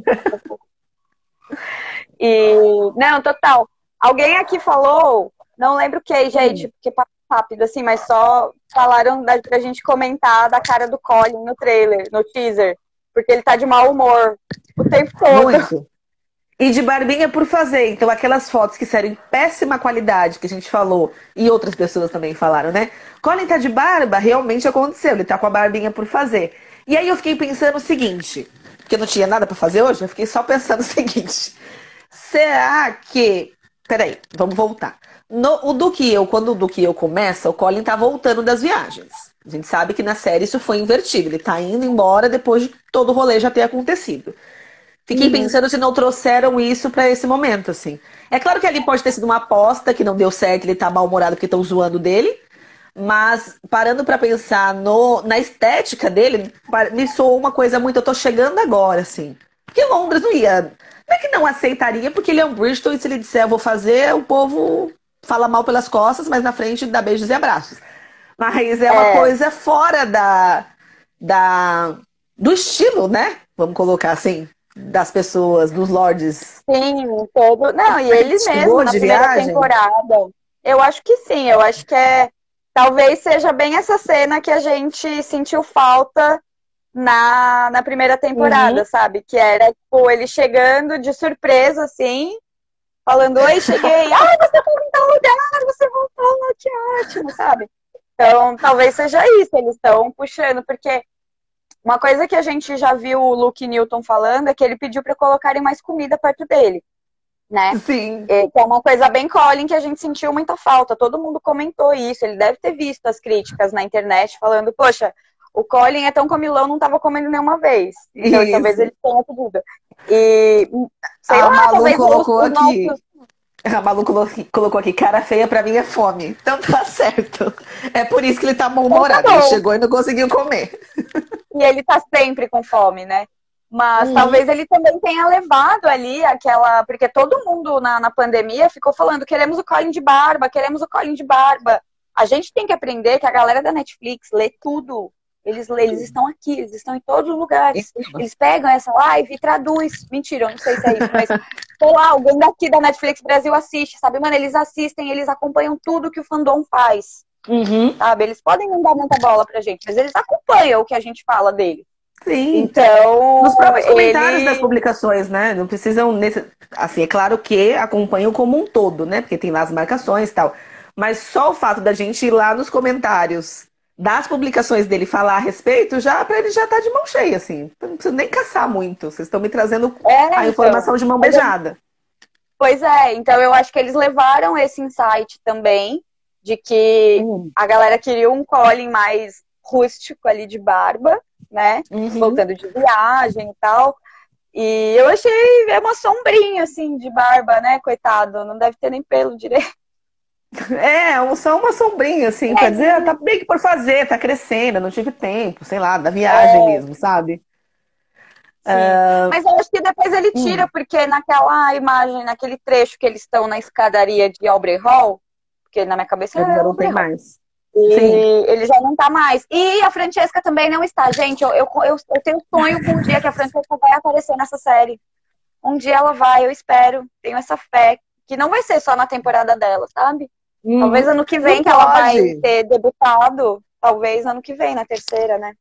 Não, total. Alguém aqui falou, não lembro o que, gente, porque passa rápido, assim, mas só falaram pra gente comentar da cara do Colin no trailer, no teaser. Porque ele tá de mau humor o tempo todo. Muito. E de barbinha por fazer. Então, aquelas fotos que saíram em péssima qualidade, que a gente falou, e outras pessoas também falaram, né? Colin tá de barba, realmente aconteceu. Ele tá com a barbinha por fazer. E aí eu fiquei pensando o seguinte, porque eu não tinha nada pra fazer hoje, eu fiquei só pensando o seguinte. Será que... Peraí, vamos voltar. Quando o Duque e eu começa, o Colin tá voltando das viagens. A gente sabe que na série isso foi invertido. Ele tá indo embora depois de todo o rolê já ter acontecido. Fiquei pensando se não trouxeram isso pra esse momento, assim. É claro que ali pode ter sido uma aposta que não deu certo, ele tá mal-humorado porque estão zoando dele. Mas, parando pra pensar na estética dele, me soou uma coisa muito... Eu tô chegando agora, assim. Porque Londres não ia... Não é que não aceitaria, porque ele é um Bristol e se ele disser eu vou fazer, o povo fala mal pelas costas, mas na frente dá beijos e abraços. Mas é uma coisa fora do estilo, né? Vamos colocar assim, das pessoas, dos lords. Sim, todo. Não, e ele mesmo, na primeira temporada. Eu acho que sim, eu acho que talvez seja bem essa cena que a gente sentiu falta na primeira temporada, sabe? Que era, tipo, ele chegando de surpresa, assim, falando, oi, cheguei, você foi em tal lugar, você voltou, que ótimo, sabe? Então, talvez seja isso, eles estão puxando, porque uma coisa que a gente já viu o Luke Newton falando é que ele pediu para colocarem mais comida perto dele, né? Sim. Que é uma coisa bem Colin que a gente sentiu muita falta, todo mundo comentou isso, ele deve ter visto as críticas na internet falando, poxa, o Colin é tão comilão, não estava comendo nenhuma vez. Então, talvez ele tenha pedido. E, sei lá, talvez colocou aqui. A Malu colocou aqui, cara feia pra mim é fome. Então tá certo. É por isso que ele tá mal-humorado. Ele chegou e não conseguiu comer. E ele tá sempre com fome, né? Mas talvez ele também tenha levado ali aquela... Porque todo mundo na pandemia ficou falando, queremos o Colin de barba, queremos o Colin de barba. A gente tem que aprender que a galera da Netflix lê tudo. Eles estão aqui, eles estão em todos os lugares. Eles pegam essa live e traduz. Mentira, eu não sei se é isso, mas sei lá, alguém daqui da Netflix Brasil assiste, sabe? Mano, eles assistem, eles acompanham tudo que o fandom faz. Sabe? Eles podem não dar muita bola pra gente, mas eles acompanham o que a gente fala deles. Sim. Então, nos próprios comentários das publicações, né? Não precisam... Assim, é claro que acompanham como um todo, né? Porque tem lá as marcações e tal. Mas só o fato da gente ir lá nos comentários das publicações dele falar a respeito, já pra ele já tá de mão cheia, assim. Não preciso nem caçar muito. Vocês estão me trazendo a informação de mão beijada. Pois é, então eu acho que eles levaram esse insight também, de que a galera queria um Colin mais rústico ali de barba, né? Voltando de viagem e tal. E eu achei uma sombrinha, assim, de barba, né? Coitado, não deve ter nem pelo direito. Só uma sombrinha, assim, pra dizer, tá bem que por fazer, tá crescendo, não tive tempo, sei lá, da viagem mesmo, sabe? Mas eu acho que depois ele tira, porque naquela imagem, naquele trecho que eles estão na escadaria de Aubrey Hall, porque na minha cabeça ele já não tem mais. E ele já não tá mais. E a Francesca também não está. Gente, eu tenho sonho com um dia que a Francesca vai aparecer nessa série. Um dia ela vai, eu espero, tenho essa fé, que não vai ser só na temporada dela, sabe? Talvez ano que vem que ela vai ter debutado. Talvez ano que vem, na terceira, né?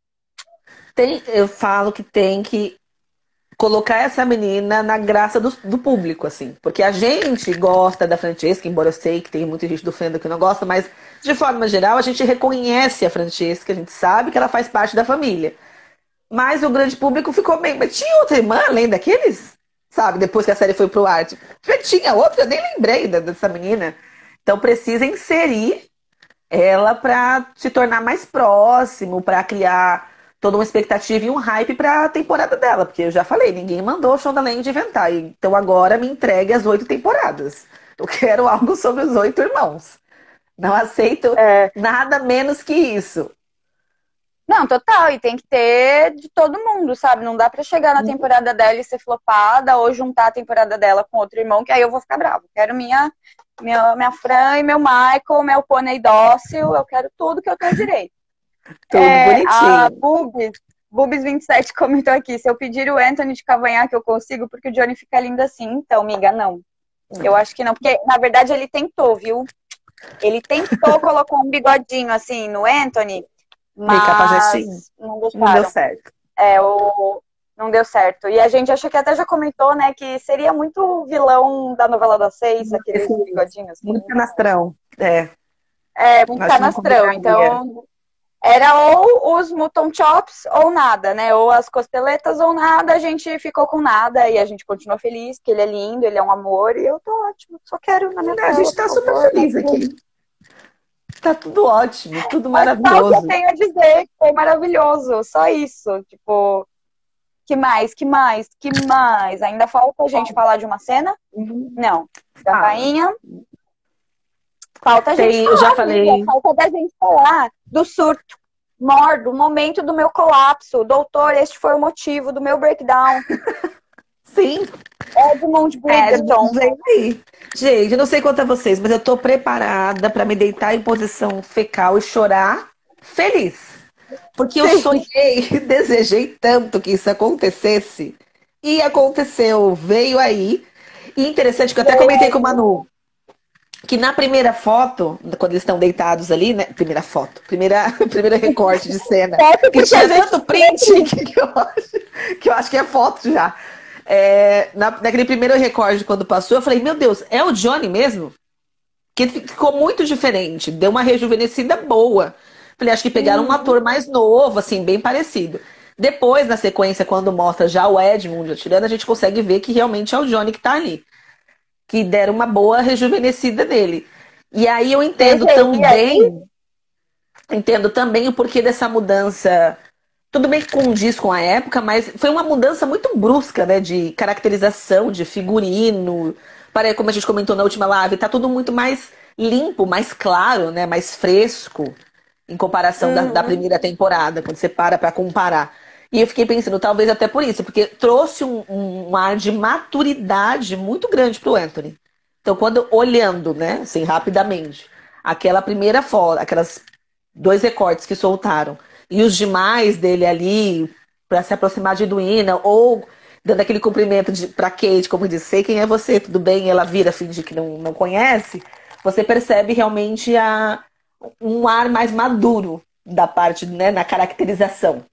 Eu falo que tem que colocar essa menina na graça do público, assim. Porque a gente gosta da Francesca, embora eu sei que tem muita gente do fandom que não gosta, mas de forma geral a gente reconhece a Francesca, a gente sabe que ela faz parte da família. Mas o grande público ficou meio... Mas tinha outra irmã além daqueles? Sabe, depois que a série foi pro ar. Já tinha outra, eu nem lembrei dessa menina. Então precisa inserir ela para se tornar mais próximo, para criar toda uma expectativa e um hype para a temporada dela. Porque eu já falei, ninguém mandou o Shondaland inventar. Então agora me entregue as 8 temporadas. Eu quero algo sobre os 8 irmãos. Não aceito nada menos que isso. Não, total, e tem que ter de todo mundo, sabe? Não dá pra chegar na temporada dela e ser flopada ou juntar a temporada dela com outro irmão, que aí eu vou ficar brava. Quero minha Fran e meu Michael, meu pônei dócil, eu quero tudo que eu tenho direito. Tudo bonitinho. A Bubis27 comentou aqui, se eu pedir o Anthony de cavanhaque eu consigo, porque o Johnny fica lindo assim. Então, amiga, não. Eu acho que não, porque na verdade ele tentou, viu? Ele tentou colocar um bigodinho assim no Anthony, mas não deu certo. Não deu certo. E a gente acha que até já comentou, né, que seria muito vilão da novela das 6, aqueles bigodinhos. Muito canastrão. Muito canastrão. Então, era ou os mutton chops ou nada, né? Ou as costeletas ou nada. A gente ficou com nada e a gente continua feliz, que ele é lindo, ele é um amor e eu tô ótimo. Só quero na minha tela, a gente tá super feliz aqui. Tá tudo ótimo, tudo maravilhoso. Só o que eu tenho a dizer, foi maravilhoso, só isso. Tipo, que mais? Ainda falta a gente falar de uma cena? Não. Da rainha. Falta a gente falar, eu já falei. Falta da gente falar do surto, do momento do meu colapso. Doutor, este foi o motivo do meu breakdown. Sim, Edmund Bridgerton. vem aí. Gente, eu não sei quanto a vocês, mas eu tô preparada pra me deitar em posição fecal e chorar feliz. Porque eu Sim. sonhei, desejei tanto que isso acontecesse. E aconteceu, veio aí. E interessante que eu até comentei com o Manu, que na primeira foto, quando eles estão deitados ali, né? Primeira foto, primeiro recorte de cena, Foto que porque tinha a gente tanto print que eu acho que é foto já. Naquele primeiro recorte, quando passou, eu falei, meu Deus, é o Johnny mesmo? Que ficou muito diferente, deu uma rejuvenescida boa. Falei, acho que pegaram um ator mais novo, assim, bem parecido. Depois, na sequência, quando mostra já o Edmund atirando, a gente consegue ver que realmente é o Johnny que tá ali. Que deram uma boa rejuvenescida nele. E aí eu CGI aí. entendo também o porquê dessa mudança. Tudo bem que condiz com a época, mas foi uma mudança muito brusca, né? De caracterização, de figurino. Para, como a gente comentou na última live, tá tudo muito mais limpo, mais claro, né? Mais fresco em comparação da Uhum. primeira temporada, quando você para comparar. E eu fiquei pensando, talvez até por isso, porque trouxe um ar de maturidade muito grande pro Anthony. Então, quando olhando, né, assim, rapidamente, aquela primeira foto, aquelas dois recortes que soltaram, e os demais dele ali, para se aproximar de Edwina, ou dando aquele cumprimento pra Kate, como disse, sei quem é você, tudo bem? E ela vira, finge que não conhece, você percebe realmente um ar mais maduro da parte, né, na caracterização.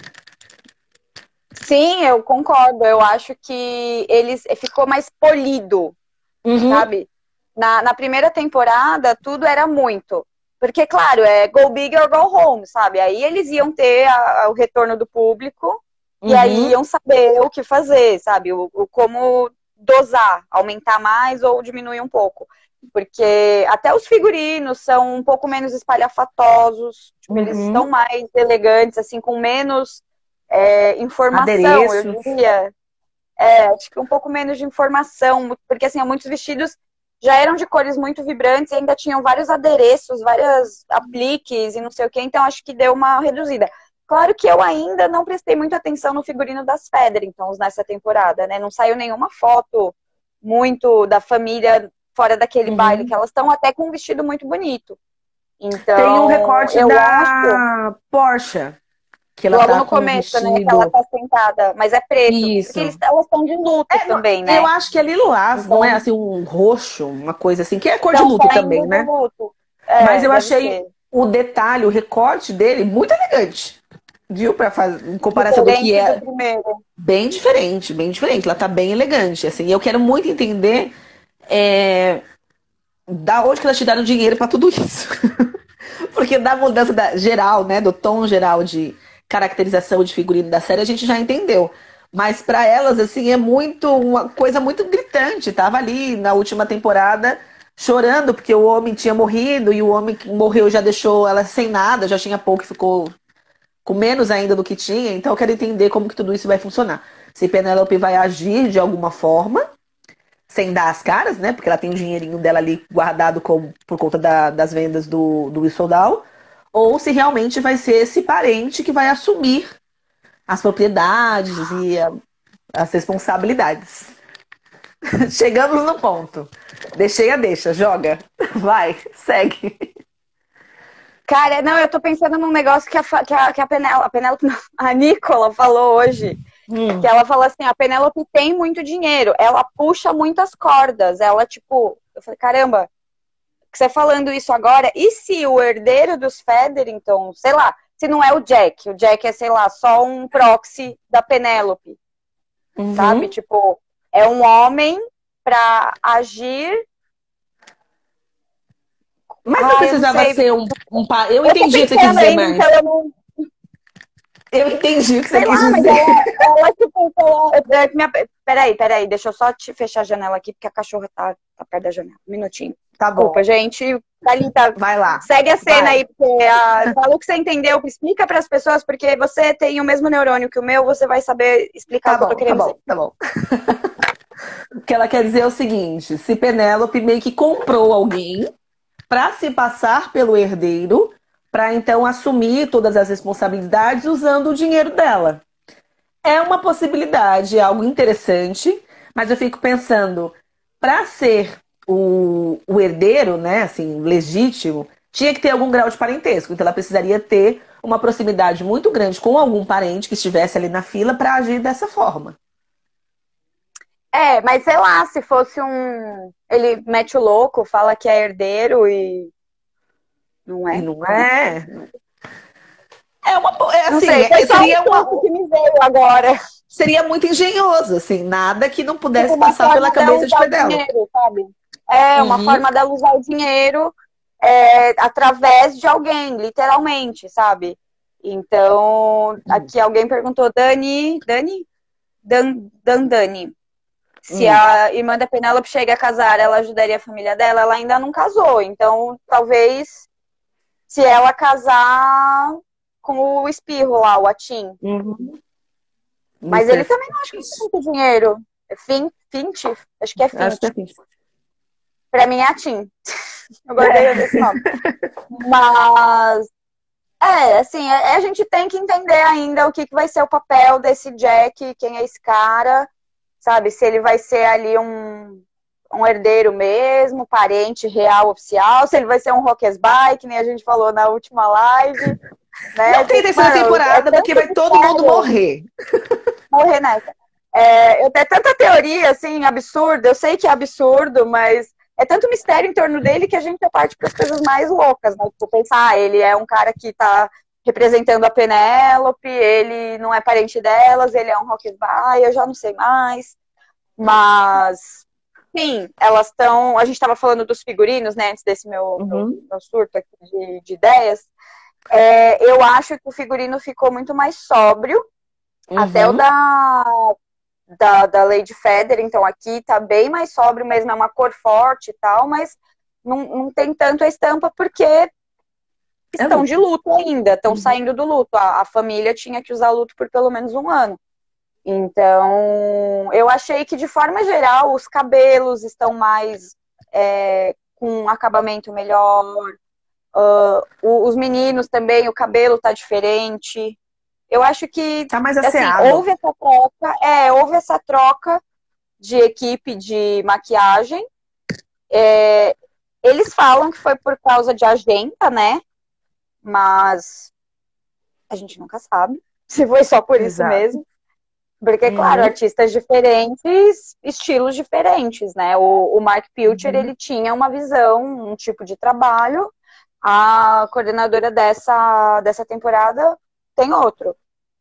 Sim, eu concordo. Eu acho que eles ficou mais polido, Uhum, sabe? Na primeira temporada, tudo era muito. Porque, claro, é go big or go home, sabe? Aí eles iam ter o retorno do público e aí uhum, iam saber o que fazer, sabe? O como dosar, aumentar mais ou diminuir um pouco. Porque até os figurinos são um pouco menos espalhafatosos, tipo, eles estão uhum. mais elegantes, assim, com menos informação, eu Adereços. diria. Acho que um pouco menos de informação, porque assim, muitos vestidos já eram de cores muito vibrantes e ainda tinham vários adereços, vários apliques e não sei o que, então acho que deu uma reduzida. Claro que eu ainda não prestei muita atenção no figurino das Featheringtons nessa temporada, né? Não saiu nenhuma foto muito da família fora daquele baile, Uhum. que elas estão até com um vestido muito bonito. Tem um Então, recorte eu acho, da Porsche, que ela logo tá no com um começo, né, que ela vestido. tá sentada, mas é preto, porque Isso. elas estão de luto também, Eu né? acho que é lilás, não é Então, assim um roxo, uma coisa assim, que é cor de estão luto também, saindo do né? luto. Mas eu Deve achei ser. o detalhe, o recorte dele muito elegante. Viu? Para fazer em comparação do que Diferente do é primeiro. bem diferente, bem diferente. Ela tá bem elegante, assim. E eu quero muito entender da onde que elas tiraram dinheiro para tudo isso. Porque da mudança geral, né, do tom geral de caracterização de figurino da série, a gente já entendeu. Mas para elas, assim, é muito uma coisa muito gritante. Tava ali na última temporada chorando porque o homem tinha morrido e o homem que morreu já deixou ela sem nada, já tinha pouco, ficou com menos ainda do que tinha. Então eu quero entender como que tudo isso vai funcionar. Se Penélope vai agir de alguma forma, sem dar as caras, né? Porque ela tem o dinheirinho dela ali guardado por conta das vendas do Whistledown, ou se realmente vai ser esse parente que vai assumir as propriedades e as responsabilidades. Chegamos no ponto. Deixei a deixa, joga. Vai, segue. Cara, não, eu tô pensando num negócio que a Penélope, não, a Nicola falou hoje. Que Hum. ela fala assim, a Penélope tem muito dinheiro, ela puxa muitas cordas, ela, tipo, eu falei, caramba, que você falando isso agora, e se o herdeiro dos Featherington, sei lá, se não é o Jack é, sei lá, só um proxy da Penélope, sabe? Uhum. Tipo, é um homem pra agir. Mas não Eu não precisava sei. ser Eu Eu tô entendi o que você quis pensando dizer, ainda, mas. então eu não. Eu entendi o que você Sei quis lá, mas dizer. ela tipo, peraí, deixa eu só te fechar a janela aqui, porque a cachorra tá perto da janela. Um minutinho. Tá Desculpa, bom. gente. Thalita, Vai lá. segue a cena Vai. aí, porque falou que você entendeu, explica para as pessoas, porque você tem o mesmo neurônio que o meu, você vai saber explicar o Tá que eu tô bom, tá querendo dizer. bom, tá bom. O que ela quer dizer é o seguinte: se Penélope meio que comprou alguém para se passar pelo herdeiro, para então assumir todas as responsabilidades usando o dinheiro dela. É uma possibilidade, é algo interessante, mas eu fico pensando, para ser o herdeiro, né, assim, legítimo, tinha que ter algum grau de parentesco. Então ela precisaria ter uma proximidade muito grande com algum parente que estivesse ali na fila para agir dessa forma. É, mas sei lá, se fosse um. Ele mete o louco, fala que é herdeiro e não E é. não é. É uma, é Não assim, sei, foi só um seria pouco que me veio agora. seria muito engenhoso, assim, nada que não Tipo, pudesse uma passar pela forma dela cabeça de usar pai o dela. dinheiro, sabe? É, uma Uhum. forma dela usar o dinheiro através de alguém, literalmente, sabe? Então, aqui alguém perguntou, Dani, se Hum. a irmã da Penélope chega a casar, ela ajudaria a família dela? Ela ainda não casou, então talvez se ela casar com o espirro lá, o Atim. Uhum. Mas ele Mr. também não acho que tem muito dinheiro. É Fint? Acho que é Acho que é Fint. assim. Pra mim é Atim. Eu guardei esse nome. Mas, assim, a gente tem que entender ainda o que vai ser o papel desse Jack, quem é esse cara, sabe? Se ele vai ser ali um herdeiro mesmo, parente real oficial, se ele vai ser um Rockesby, que nem a gente falou na última live, né? Não tem terceira Mano, é temporada porque tanto vai todo mundo mistério morrer. morrer nessa. Eu tenho tanta teoria, assim, absurda, eu sei que é absurdo, mas é tanto mistério em torno dele que a gente parte para as coisas mais loucas, né? Tipo, pensar, ele é um cara que tá representando a Penélope, ele não é parente delas, ele é um Rocketby, eu já não sei mais. Mas, sim, elas estão. A gente estava falando dos figurinos, né, antes desse Uhum. meu surto aqui de ideias. Eu acho que o figurino ficou muito mais sóbrio, até o Uhum. da Lady Feather, então aqui tá bem mais sóbrio mesmo, é uma cor forte e tal, mas não tem tanto a estampa porque É estão de luto. luto ainda, estão Uhum. saindo do luto. A família tinha que usar luto por pelo menos um ano. Então, eu achei que, de forma geral, os cabelos estão mais com um acabamento melhor. Os meninos também, o cabelo tá diferente. Eu acho que, Tá mais assim, asseado. houve essa troca de equipe de maquiagem. Eles falam que foi por causa de agenda, né? Mas a gente nunca sabe se foi só por isso Exato. mesmo. Porque, claro, Uhum. artistas diferentes, estilos diferentes, né? O Mark Pilcher, Uhum. ele tinha uma visão, um tipo de trabalho. A coordenadora dessa temporada tem outro.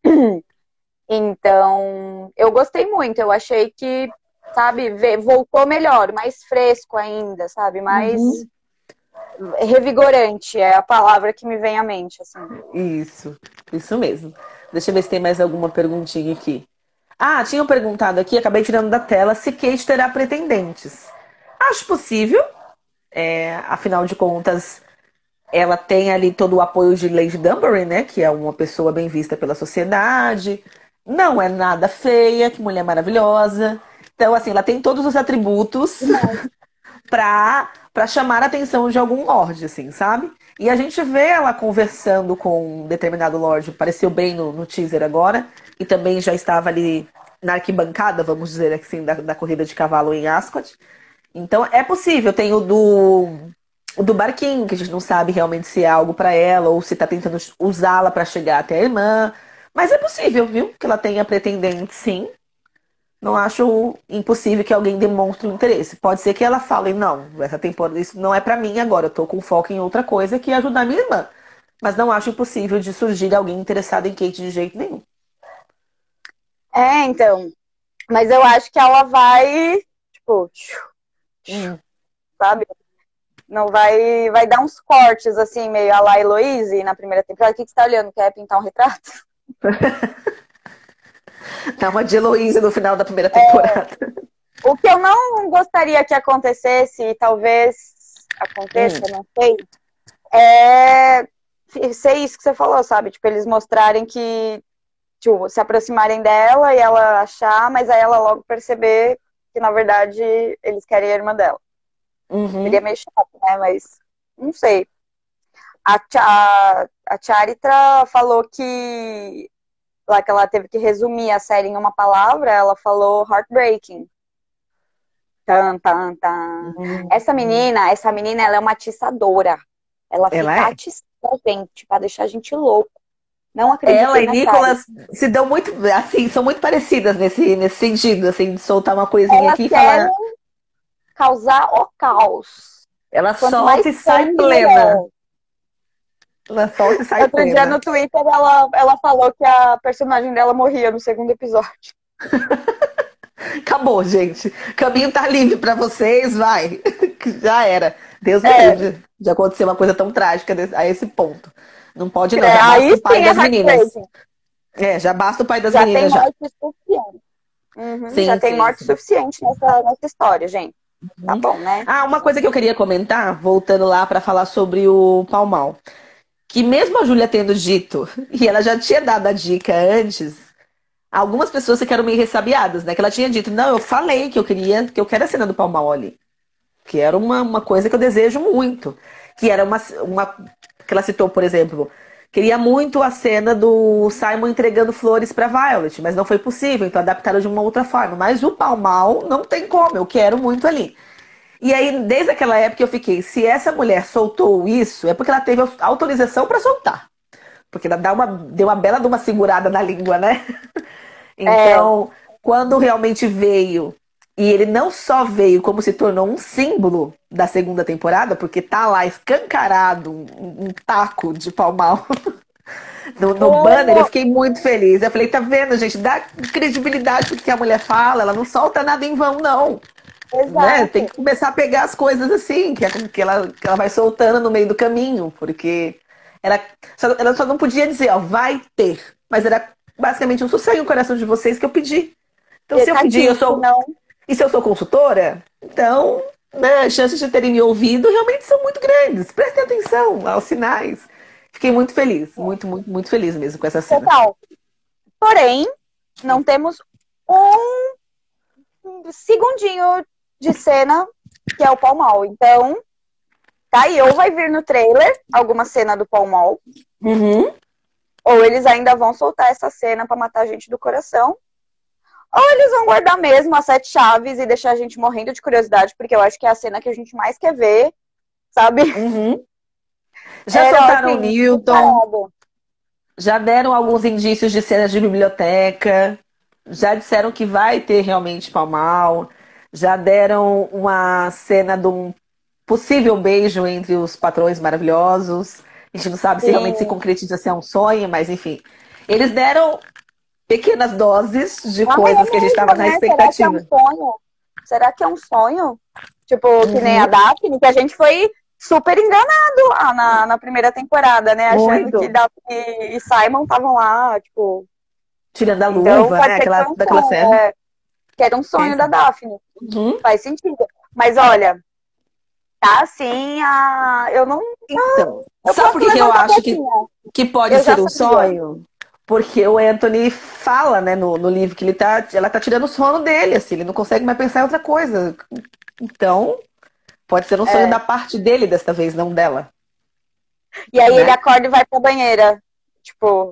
Então, eu gostei muito. Eu achei que, sabe, voltou melhor, mais fresco ainda, sabe? Mais Uhum. revigorante é a palavra que me vem à mente, assim. Isso mesmo. Deixa eu ver se tem mais alguma perguntinha aqui. Ah, tinham perguntado aqui, acabei tirando da tela, se Kate terá pretendentes. Acho possível, afinal de contas, ela tem ali todo o apoio de Lady Dunbury, né? Que é uma pessoa bem vista pela sociedade. Não é nada feia, que mulher maravilhosa. Então, assim, ela tem todos os atributos pra chamar a atenção de algum lorde, assim, sabe? E a gente vê ela conversando com um determinado lorde, apareceu bem no teaser agora, e também já estava ali na arquibancada, vamos dizer assim, da corrida de cavalo em Ascot. Então é possível, tem o do barquinho, que a gente não sabe realmente se é algo pra ela ou se tá tentando usá-la pra chegar até a irmã. Mas é possível, viu? Que ela tenha pretendente, sim. Não acho impossível que alguém demonstre um interesse. Pode ser que ela fale, não, essa temporada isso não é pra mim agora, eu tô com foco em outra coisa que é ajudar minha irmã. Mas não acho impossível de surgir alguém interessado em Kate de jeito nenhum. Então. Mas eu acho que ela vai, tipo, Hum. sabe? Não vai dar uns cortes, assim, meio a la Heloise na primeira temporada. O que você tá olhando? Quer pintar um retrato? Tá uma de Heloísa no final da primeira temporada. O que eu não gostaria que acontecesse, e talvez aconteça, Hum. não sei, é ser isso que você falou, sabe? Tipo, eles mostrarem que, tipo, se aproximarem dela e ela achar, mas aí ela logo perceber que, na verdade, eles querem a irmã dela. Seria Uhum. meio chato, né? Mas não sei. A Charitra falou que lá que ela teve que resumir a série em uma palavra, ela falou heartbreaking. Tan, tan, tan. Essa menina, ela é uma atiçadora. Ela Ela fica é. atiçando a gente pra deixar a gente louco. Não acredito Ela e na Nicolas se dão muito, assim, são muito parecidas nesse sentido, assim, de soltar uma coisinha Elas aqui e querem falar. causar o caos. Ela Quanto mais solta e sai sangue, plena. melhor. Ela solta e sai Outro dia plena. no Twitter ela falou que a personagem dela morria no segundo episódio. Acabou, gente. O caminho tá livre pra vocês, vai. Já era. Deus me É. livre de acontecer uma coisa tão trágica a esse ponto. Não pode não, já Aí basta o pai sim é das meninas. heartbreaking. Já basta o pai das Já tem meninas já. morte suficiente. Sim, já tem sim, morte sim. suficiente nessa história, gente. Tá bom, né? Ah, uma coisa que eu queria comentar, voltando lá pra falar sobre o pau mal. Que mesmo a Júlia tendo dito, e ela já tinha dado a dica antes, algumas pessoas ficaram meio ressabiadas, né? Que ela tinha dito, não, eu falei que eu quero a cena do pau mal ali. Que era uma coisa que eu desejo muito. Que era uma que ela citou, por exemplo, queria muito a cena do Simon entregando flores pra Violet, mas não foi possível, então adaptaram de uma outra forma. Mas o pau mal não tem como, eu quero muito ali. E aí, desde aquela época, eu fiquei, se essa mulher soltou isso, é porque ela teve autorização pra soltar. Porque ela deu uma bela de uma segurada na língua, né? Então, quando realmente veio, e ele não só veio, como se tornou um símbolo da segunda temporada, porque tá lá escancarado um taco de pau mal no banner, eu fiquei muito feliz. Eu falei, tá vendo, gente? Dá credibilidade pro que a mulher fala, ela não solta nada em vão, não. Né? Exato. Tem que começar a pegar as coisas assim, que ela vai soltando no meio do caminho, porque ela só não podia dizer, ó, vai ter. Mas era basicamente um sossego no coração de vocês que eu pedi. Então, se eu Tá pedir, aqui, não. E se eu sou consultora, então, né, as chances de terem me ouvido realmente são muito grandes. Prestem atenção aos sinais. Fiquei muito feliz, muito, muito, muito feliz mesmo com essa cena. Total. Porém, não temos um segundinho de cena que é o pau mal. Então, tá aí, ou vai vir no trailer alguma cena do pau mal, ou eles ainda vão soltar essa cena pra matar a gente do coração. Ou eles vão guardar mesmo as 7 chaves e deixar a gente morrendo de curiosidade, porque eu acho que é a cena que a gente mais quer ver, sabe? Já soltaram o assim, Newton, já deram alguns indícios de cenas de biblioteca, já disseram que vai ter realmente pau mal, já deram uma cena de um possível beijo entre os patrões maravilhosos. A gente não sabe se realmente se concretiza, se é um sonho, mas enfim. Eles deram pequenas doses de coisas que a gente estava na expectativa. Será que é um sonho? Será que é um sonho? Tipo, que nem a Daphne, que a gente foi super enganado lá na primeira temporada, né? Achando que Daphne e Simon estavam lá, tipo... tirando a luva, né? Daquela cena. Que era um sonho da Daphne. Faz sentido. Mas olha, tá assim, eu não... Então, sabe por que eu acho que pode ser um sonho? Porque o Anthony fala, né, no livro que ela tá tirando o sono dele, assim, ele não consegue mais pensar em outra coisa. Então, pode ser um sonho da parte dele desta vez, não dela. E aí ele acorda e vai pra banheira. Tipo,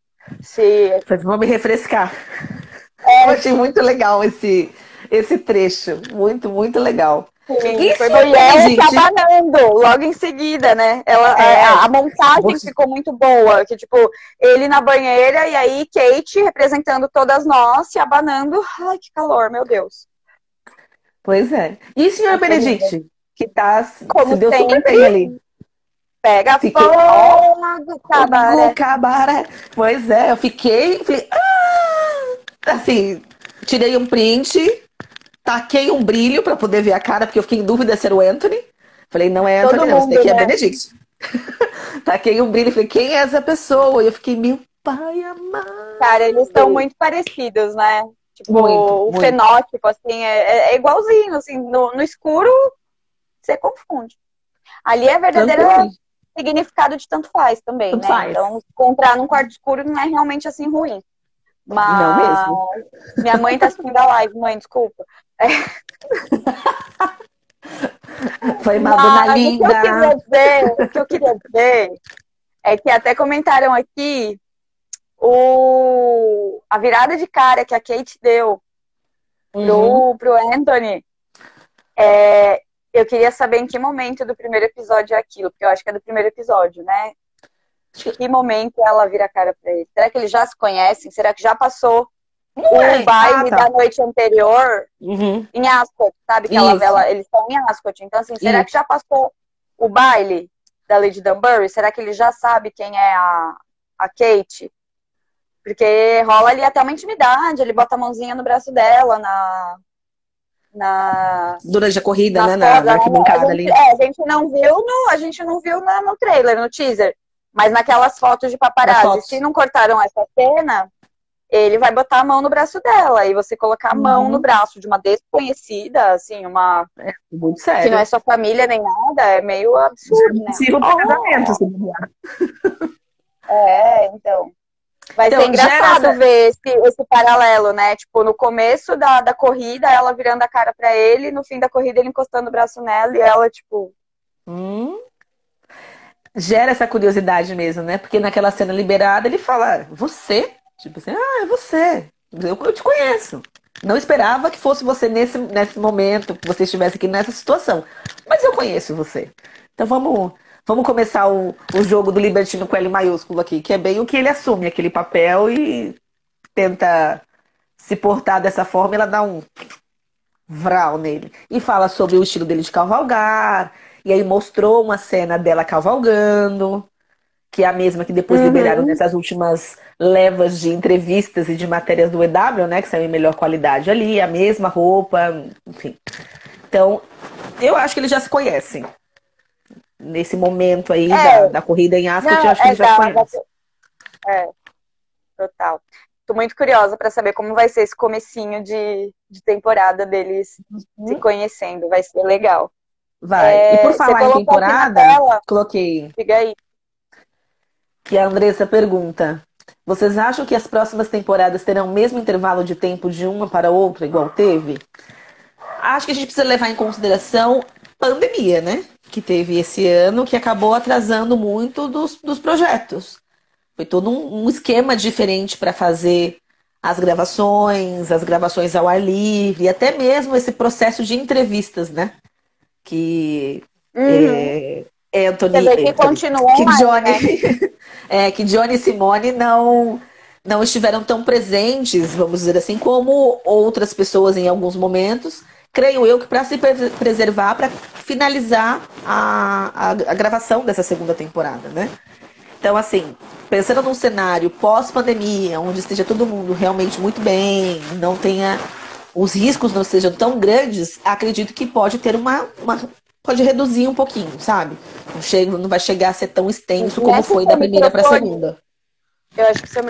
Vou me refrescar. Eu achei muito legal esse trecho. Muito, muito legal. Sim, foi banheira abanando logo em seguida, né? A montagem ficou muito boa. Que, tipo, ele na banheira e aí Kate representando todas nós, se abanando. Ai, que calor, meu Deus. Pois é. E o senhor Benedict? Que tá, como se deu sempre, super bem ali. Pega fogo, cabaré. Pois é, eu falei, assim, tirei um print, taquei um brilho pra poder ver a cara, porque eu fiquei em dúvida se era o Anthony. Falei, não é Anthony, não, esse daqui é Benedict. Taquei um brilho e falei, quem é essa pessoa? E eu fiquei, meu pai amado. Cara, eles estão muito parecidos, né? Tipo, o fenótipo, assim, é igualzinho, assim, no escuro, você confunde. Ali é verdadeiro significado de tanto faz também, tanto né? Faz. Então, encontrar num quarto escuro não é realmente assim ruim. Mas não mesmo. Minha mãe tá assistindo a live, mãe, desculpa. Foi Madonna linda. O que eu queria dizer é que até comentaram aqui a virada de cara que a Kate deu pro Anthony, eu queria saber em que momento do primeiro episódio é aquilo, porque eu acho que é do primeiro episódio, né? Em que momento ela vira a cara pra ele? Será que eles já se conhecem? Será que já passou o baile da noite anterior em Ascot, sabe? Que eles estão em Ascot. Então, assim, será que já passou o baile da Lady Dunbury? Será que ele já sabe quem é a Kate? Porque rola ali até uma intimidade, ele bota a mãozinha no braço dela durante a corrida, né? Na arquibancada ali. A gente não viu no trailer, no teaser. Mas naquelas fotos de paparazzi, se não cortaram essa cena, ele vai botar a mão no braço dela. E você colocar a mão no braço de uma desconhecida, assim, muito sério. Que não é sua família nem nada, é meio absurdo, né? Possível casamento, então. Vai ser engraçado ver esse paralelo, né? Tipo, no começo da corrida, ela virando a cara pra ele, no fim da corrida ele encostando o braço nela e ela, tipo... Gera essa curiosidade mesmo, né? Porque naquela cena liberada ele fala, você? Tipo assim, é você. Eu te conheço. Não esperava que fosse você nesse momento, que você estivesse aqui nessa situação. Mas eu conheço você. Então vamos começar o jogo do libertino com L maiúsculo aqui, que é bem o que ele assume, aquele papel e tenta se portar dessa forma, ela dá um vral nele. E fala sobre o estilo dele de cavalgar, e aí mostrou uma cena dela cavalgando, que é a mesma que depois liberaram nessas últimas levas de entrevistas e de matérias do EW, né, que saiu em melhor qualidade ali, a mesma roupa, enfim. Então, eu acho que eles já se conhecem. Nesse momento aí da corrida em Ascot, eu acho que eles já se conhecem. Total. Tô muito curiosa pra saber como vai ser esse comecinho de temporada deles se conhecendo. Vai ser legal. Vai. E por falar em temporada, coloquei. Fica aí. Que a Andressa pergunta: vocês acham que as próximas temporadas terão o mesmo intervalo de tempo de uma para outra, igual teve? Acho que a gente precisa levar em consideração pandemia, né? Que teve esse ano, que acabou atrasando muito dos projetos. Foi todo um esquema diferente para fazer as gravações ao ar livre, e até mesmo esse processo de entrevistas, né? Que Anthony, que continuou que mais, Johnny, né? Que Johnny e Simone não estiveram tão presentes, vamos dizer assim, como outras pessoas em alguns momentos. Creio eu que para se preservar, para finalizar a gravação dessa segunda temporada, né? Então, assim, pensando num cenário pós-pandemia, onde esteja todo mundo realmente muito bem, não tenha... os riscos não sejam tão grandes, acredito que pode ter pode reduzir um pouquinho, sabe? Não vai chegar a ser tão extenso como foi da primeira para a segunda. Eu acho que seu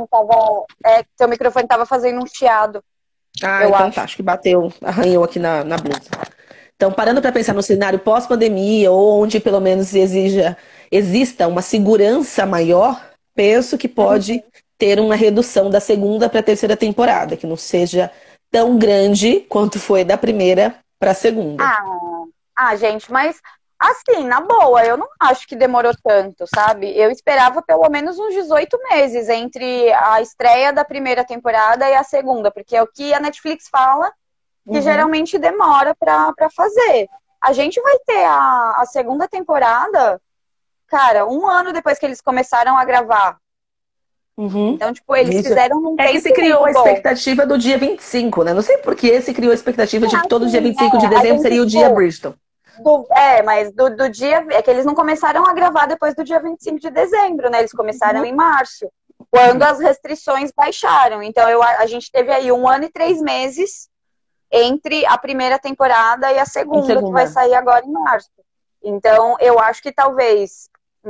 microfone tava fazendo um chiado. Acho que arranhou aqui na blusa. Então, parando para pensar no cenário pós-pandemia, ou onde pelo menos exista uma segurança maior, penso que pode ter uma redução da segunda para a terceira temporada, que não seja tão grande quanto foi da primeira para a segunda. Gente, mas assim, na boa, eu não acho que demorou tanto, sabe? Eu esperava pelo menos uns 18 meses entre a estreia da primeira temporada e a segunda, porque é o que a Netflix fala que geralmente demora pra fazer. A gente vai ter a segunda temporada, cara, 1 ano depois que eles começaram a gravar. Então, tipo, eles fizeram um tempo. Que se criou a expectativa do dia 25, né? Não sei por que se criou a expectativa de que todo dia 25 de dezembro seria o dia Bristol. Mas do dia... É que eles não começaram a gravar depois do dia 25 de dezembro, né? Eles começaram em março, quando as restrições baixaram. Então, a gente teve aí 1 ano e 3 meses entre a primeira temporada e a segunda, que vai sair agora em março. Então, eu acho que talvez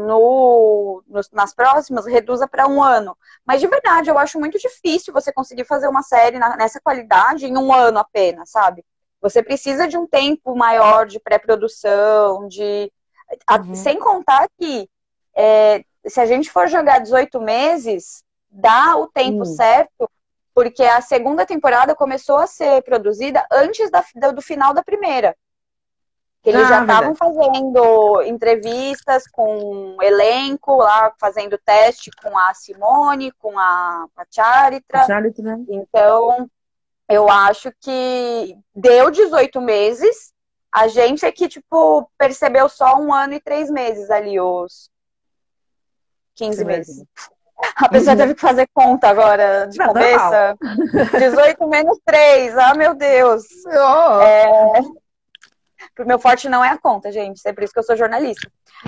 nas próximas reduza para 1 ano. Mas, de verdade, eu acho muito difícil você conseguir fazer uma série nessa qualidade em 1 ano apenas, sabe? Você precisa de um tempo maior de pré-produção, sem contar que se a gente for jogar 18 meses, dá o tempo certo, porque a segunda temporada começou a ser produzida antes do final da primeira. Que eles já verdade. estavam fazendo entrevistas com elenco, lá fazendo teste com a Simone, com a Charitra. Charlotte, né? Então, eu acho que deu 18 meses. A gente é que, tipo, percebeu só 1 ano e 3 meses ali, os 15 meses. A pessoa teve que fazer conta agora, de Não, cabeça. 18 menos 3, ah, meu Deus. Oh. O meu forte não é a conta, gente. É por isso que eu sou jornalista.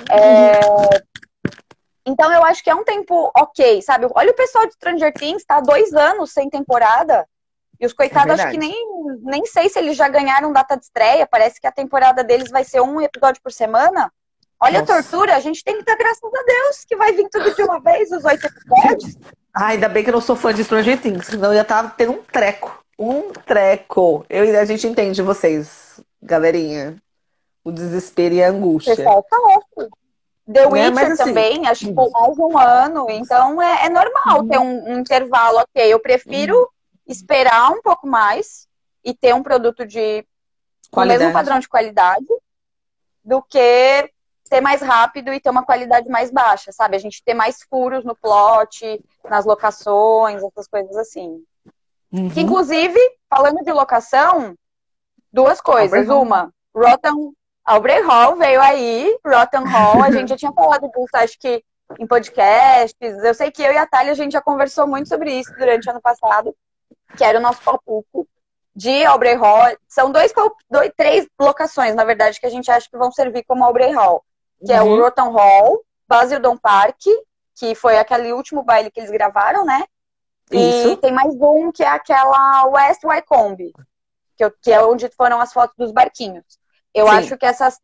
Então, eu acho que é um tempo ok, sabe? Olha o pessoal de Stranger Things, tá há 2 anos sem temporada. E os coitados, acho que nem sei se eles já ganharam data de estreia. Parece que a temporada deles vai ser 1 episódio por semana. Olha a tortura, a gente tem que dar graças a Deus que vai vir tudo de uma vez, os 8 episódios. Ainda bem que eu não sou fã de Stranger Things, senão eu ia estar tendo um treco. Um treco. A gente entende vocês, galerinha. O desespero e a angústia. Pessoal, tá louco. The Witcher Mas, assim, também, acho que foi mais 1 ano. Então é normal ter um intervalo, ok. Eu prefiro esperar um pouco mais e ter um produto com o mesmo padrão de qualidade do que ser mais rápido e ter uma qualidade mais baixa, sabe? A gente ter mais furos no plot, nas locações, essas coisas assim. Que, inclusive, falando de locação, 2 coisas. Uma, Aubrey Hall veio aí, Rotten Hall, a gente já tinha falado disso, acho que em podcasts. Eu sei que eu e a Thalia, a gente já conversou muito sobre isso durante o ano passado, que era o nosso palpite de Aubrey Hall. São 3 locações, na verdade, que a gente acha que vão servir como Aubrey Hall. Que é o Rotten Hall, Basildon Park, que foi aquele último baile que eles gravaram, né? Isso. E tem mais um, que é aquela West Wycombe, que é onde foram as fotos dos barquinhos. Eu acho que essas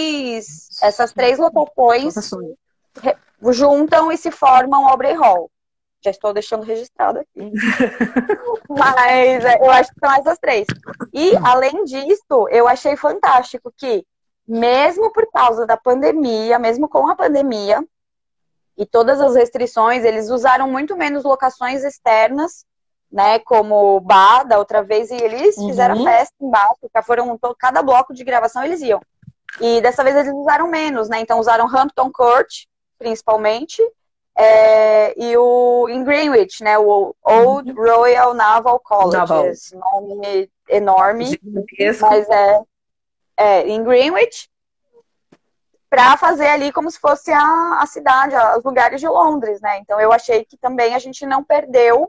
três locações juntam e se formam Aubrey Hall. Já estou deixando registrado aqui. Mas eu acho que são essas 3. E, além disso, eu achei fantástico que, mesmo por causa da pandemia, mesmo com a pandemia e todas as restrições, eles usaram muito menos locações externas, né, como Bar, da outra vez, e eles fizeram festa embaixo, cada bloco de gravação eles iam. E dessa vez eles usaram menos, né, então usaram Hampton Court, principalmente, e em Greenwich, né, o Old Royal Naval College, esse nome enorme, mas em Greenwich, para fazer ali como se fosse a cidade, os lugares de Londres, né, então eu achei que também a gente não perdeu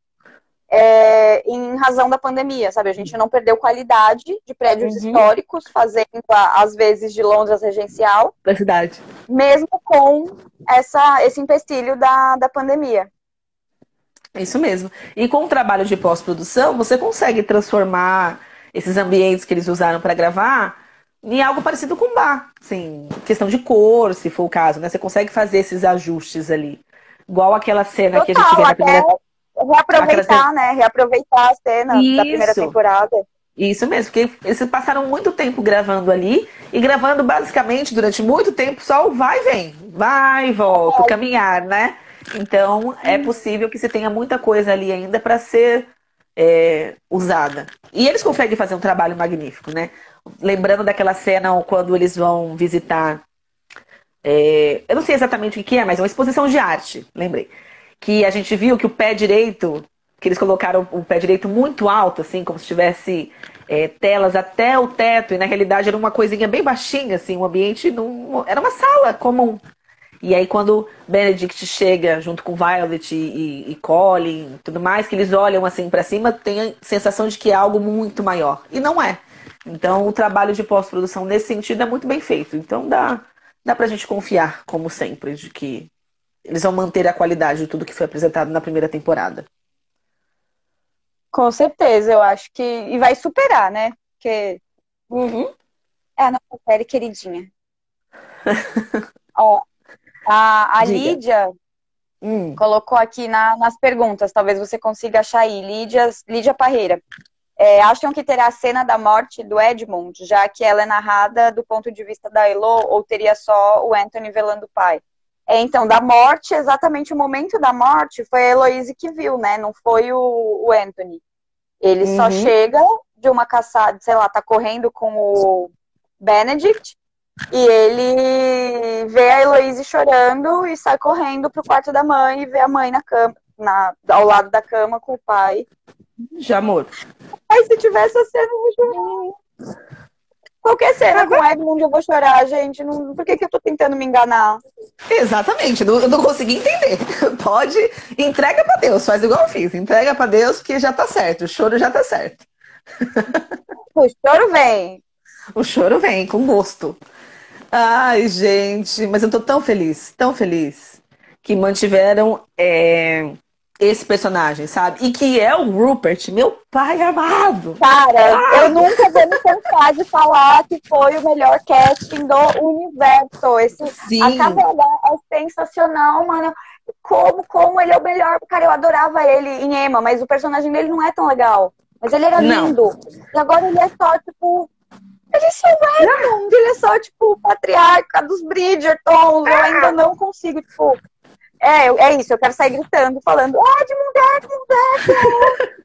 em razão da pandemia, sabe? A gente não perdeu qualidade de prédios históricos, fazendo, às vezes, de Londres regencial. Da cidade. Mesmo com esse empecilho da pandemia. Isso mesmo. E com o trabalho de pós-produção, você consegue transformar esses ambientes que eles usaram para gravar em algo parecido com bar. Assim, questão de cor, se for o caso, né? Você consegue fazer esses ajustes ali. Igual aquela cena que a gente vê na primeira... Reaproveitar, né? Reaproveitar a cena da primeira temporada. Isso mesmo, porque eles passaram muito tempo gravando ali e gravando basicamente durante muito tempo só o vai e vem, vai e volta, o caminhar, né? Então é possível que se tenha muita coisa ali ainda para ser usada. E eles conseguem fazer um trabalho magnífico, né? Lembrando daquela cena quando eles vão visitar, eu não sei exatamente o que é, mas é uma exposição de arte, lembrei. Que a gente viu que o pé direito, que eles colocaram o pé direito muito alto, assim, como se tivesse telas até o teto, e na realidade era uma coisinha bem baixinha, assim, um ambiente, era uma sala comum. E aí quando Benedict chega junto com Violet e Colin e tudo mais, que eles olham assim pra cima, tem a sensação de que é algo muito maior. E não é. Então o trabalho de pós-produção nesse sentido é muito bem feito. Então dá pra gente confiar, como sempre, de que eles vão manter a qualidade de tudo que foi apresentado na primeira temporada. Com certeza, eu acho que... E vai superar, né? Porque é a nossa série queridinha. Ó, a Lídia colocou aqui nas perguntas, talvez você consiga achar aí. Lídia Parreira. Acham que terá a cena da morte do Edmund, já que ela é narrada do ponto de vista da Elo, ou teria só o Anthony velando o pai? Então, da morte, exatamente o momento da morte, foi a Heloise que viu, né? Não foi o Anthony. Ele só chega de uma caçada, sei lá, tá correndo com o Benedict, e ele vê a Heloise chorando e sai correndo pro quarto da mãe e vê a mãe na cama, ao lado da cama com o pai. Já morto. Aí se tivesse a cena, eu vou chorar. Qualquer cena com Edmund eu vou chorar, gente. Não... Por que eu tô tentando me enganar? Exatamente, eu não consegui entender. Pode, entrega pra Deus, faz igual eu fiz. Entrega pra Deus que já tá certo, o choro já tá certo. O choro vem. O choro vem com gosto. Ai, gente, mas eu tô tão feliz que mantiveram esse personagem, sabe? E que é o Rupert, meu pai amado. Cara, eu nunca vou me cansar de falar que foi o melhor casting do universo. A Cavada é sensacional, mano. Como ele é o melhor. Cara, eu adorava ele em Emma, mas o personagem dele não é tão legal. Mas ele era lindo. E agora ele é só, tipo... Ele só é Edmund, ele é só, tipo, patriarca dos Bridgertons. Eu ainda não consigo, tipo... É isso, eu quero sair gritando, falando Edmund.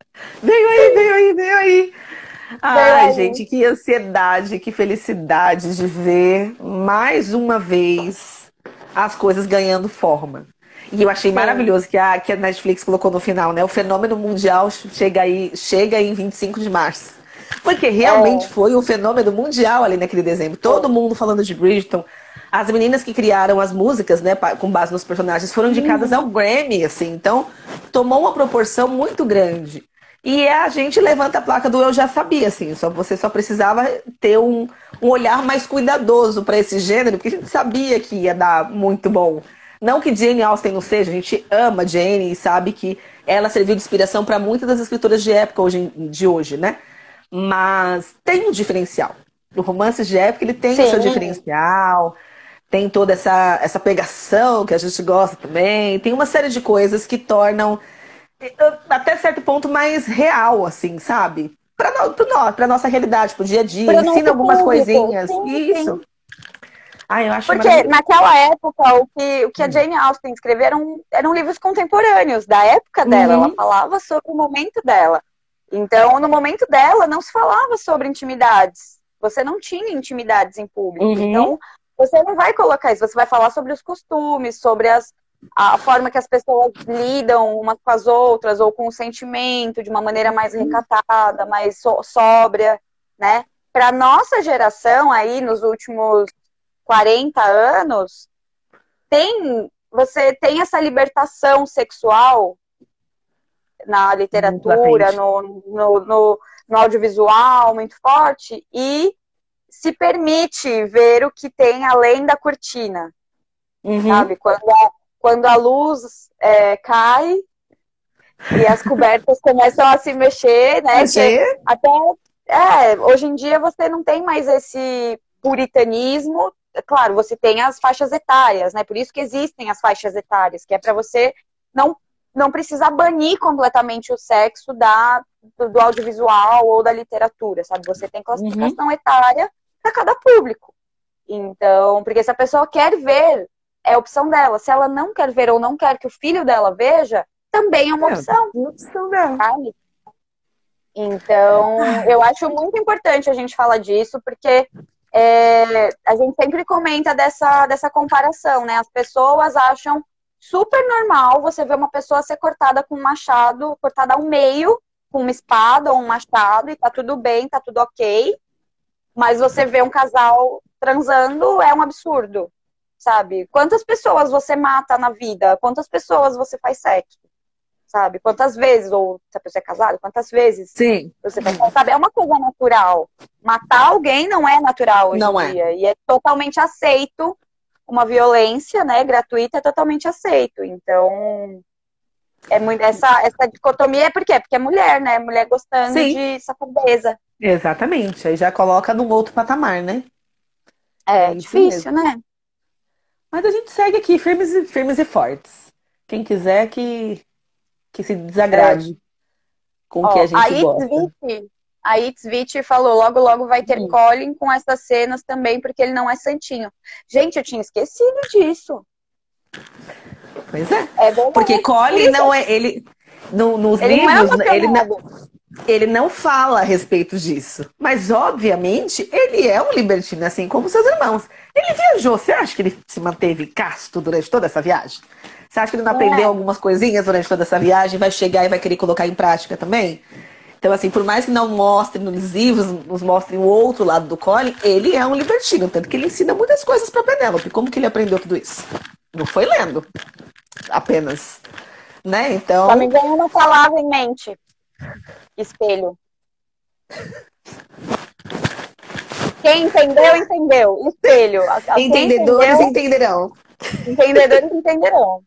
Veio aí. Ai, gente, que ansiedade, que felicidade de ver mais uma vez as coisas ganhando forma. E eu achei maravilhoso que a Netflix colocou no final, né? O fenômeno mundial chega em 25 de março. Porque realmente foi um fenômeno mundial ali naquele dezembro. Todo mundo falando de Bridgerton. As meninas que criaram as músicas, né, com base nos personagens, foram indicadas ao Grammy, assim. Então, tomou uma proporção muito grande. E a gente levanta a placa do eu já sabia, assim. Você só precisava ter um olhar mais cuidadoso para esse gênero, porque a gente sabia que ia dar muito bom. Não que Jane Austen não seja, a gente ama Jane e sabe que ela serviu de inspiração para muitas das escritoras de época de hoje, né? Mas tem um diferencial. O romance de época, ele tem o seu diferencial, tem toda essa pegação que a gente gosta também, tem uma série de coisas que tornam, até certo ponto, mais real, assim, sabe? Pra nossa realidade, pro dia a dia, ensina algumas coisinhas. Isso. Eu acho porque naquela época, o que a Jane Austen escreveu eram livros contemporâneos da época dela. Ela falava sobre o momento dela. Então, no momento dela, não se falava sobre intimidades. Você não tinha intimidades em público. Então, você não vai colocar isso. Você vai falar sobre os costumes, sobre a forma que as pessoas lidam umas com as outras, ou com o sentimento, de uma maneira mais recatada, mais sóbria, né? Para nossa geração, aí, nos últimos 40 anos, você tem essa libertação sexual na literatura, no audiovisual muito forte, e se permite ver o que tem além da cortina, sabe? Quando a luz cai e as cobertas começam a se mexer, né? Hoje em dia você não tem mais esse puritanismo. Claro, você tem as faixas etárias, né? Por isso que existem as faixas etárias, que é para você não precisar banir completamente o sexo do audiovisual ou da literatura, sabe? Você tem classificação etária para cada público. Então, porque se a pessoa quer ver, é a opção dela. Se ela não quer ver ou não quer que o filho dela veja, também é uma opção. É uma opção dela. Sabe? Então, eu acho muito importante a gente falar disso, porque a gente sempre comenta dessa comparação, né? As pessoas acham super normal você ver uma pessoa ser cortada com um machado, cortada ao meio, com uma espada ou um machado, e tá tudo bem, tá tudo ok. Mas você vê um casal transando, é um absurdo, sabe? Quantas pessoas você mata na vida? Quantas pessoas você faz sexo? Sabe? Quantas vezes? Ou se a pessoa é casada, quantas vezes? Sim. Você faz, sabe? É uma coisa natural. Matar alguém não é natural hoje em dia. E é totalmente aceito. Uma violência, né, gratuita, é totalmente aceito. Então, essa dicotomia é por quê? Porque é mulher, né? Mulher gostando de safadeza. Exatamente. Aí já coloca num outro patamar, né? É difícil, né? Mas a gente segue aqui, firmes e fortes. Quem quiser que se desagrade com o que a gente gosta. A Itzvit falou, logo vai ter Colin com essas cenas também, porque ele não é santinho. Gente, eu tinha esquecido disso. Pois é. Porque Colin não é... Nos ele livros... Não é Ele não fala a respeito disso. Mas, obviamente, ele é um libertino, assim como seus irmãos. Ele viajou. Você acha que ele se manteve casto durante toda essa viagem? Você acha que ele não aprendeu algumas coisinhas durante toda essa viagem? Vai chegar e vai querer colocar em prática também? Então, assim, por mais que não mostrem nos livros, nos mostrem o outro lado do Colin, ele é um libertino. Tanto que ele ensina muitas coisas pra Penélope. Como que ele aprendeu tudo isso? Não foi lendo. Apenas. Né? Então... Só me ganha uma palavra em mente. Espelho. Quem entendeu, entendeu. Espelho. Entendedores entenderão. Entendedores entenderão.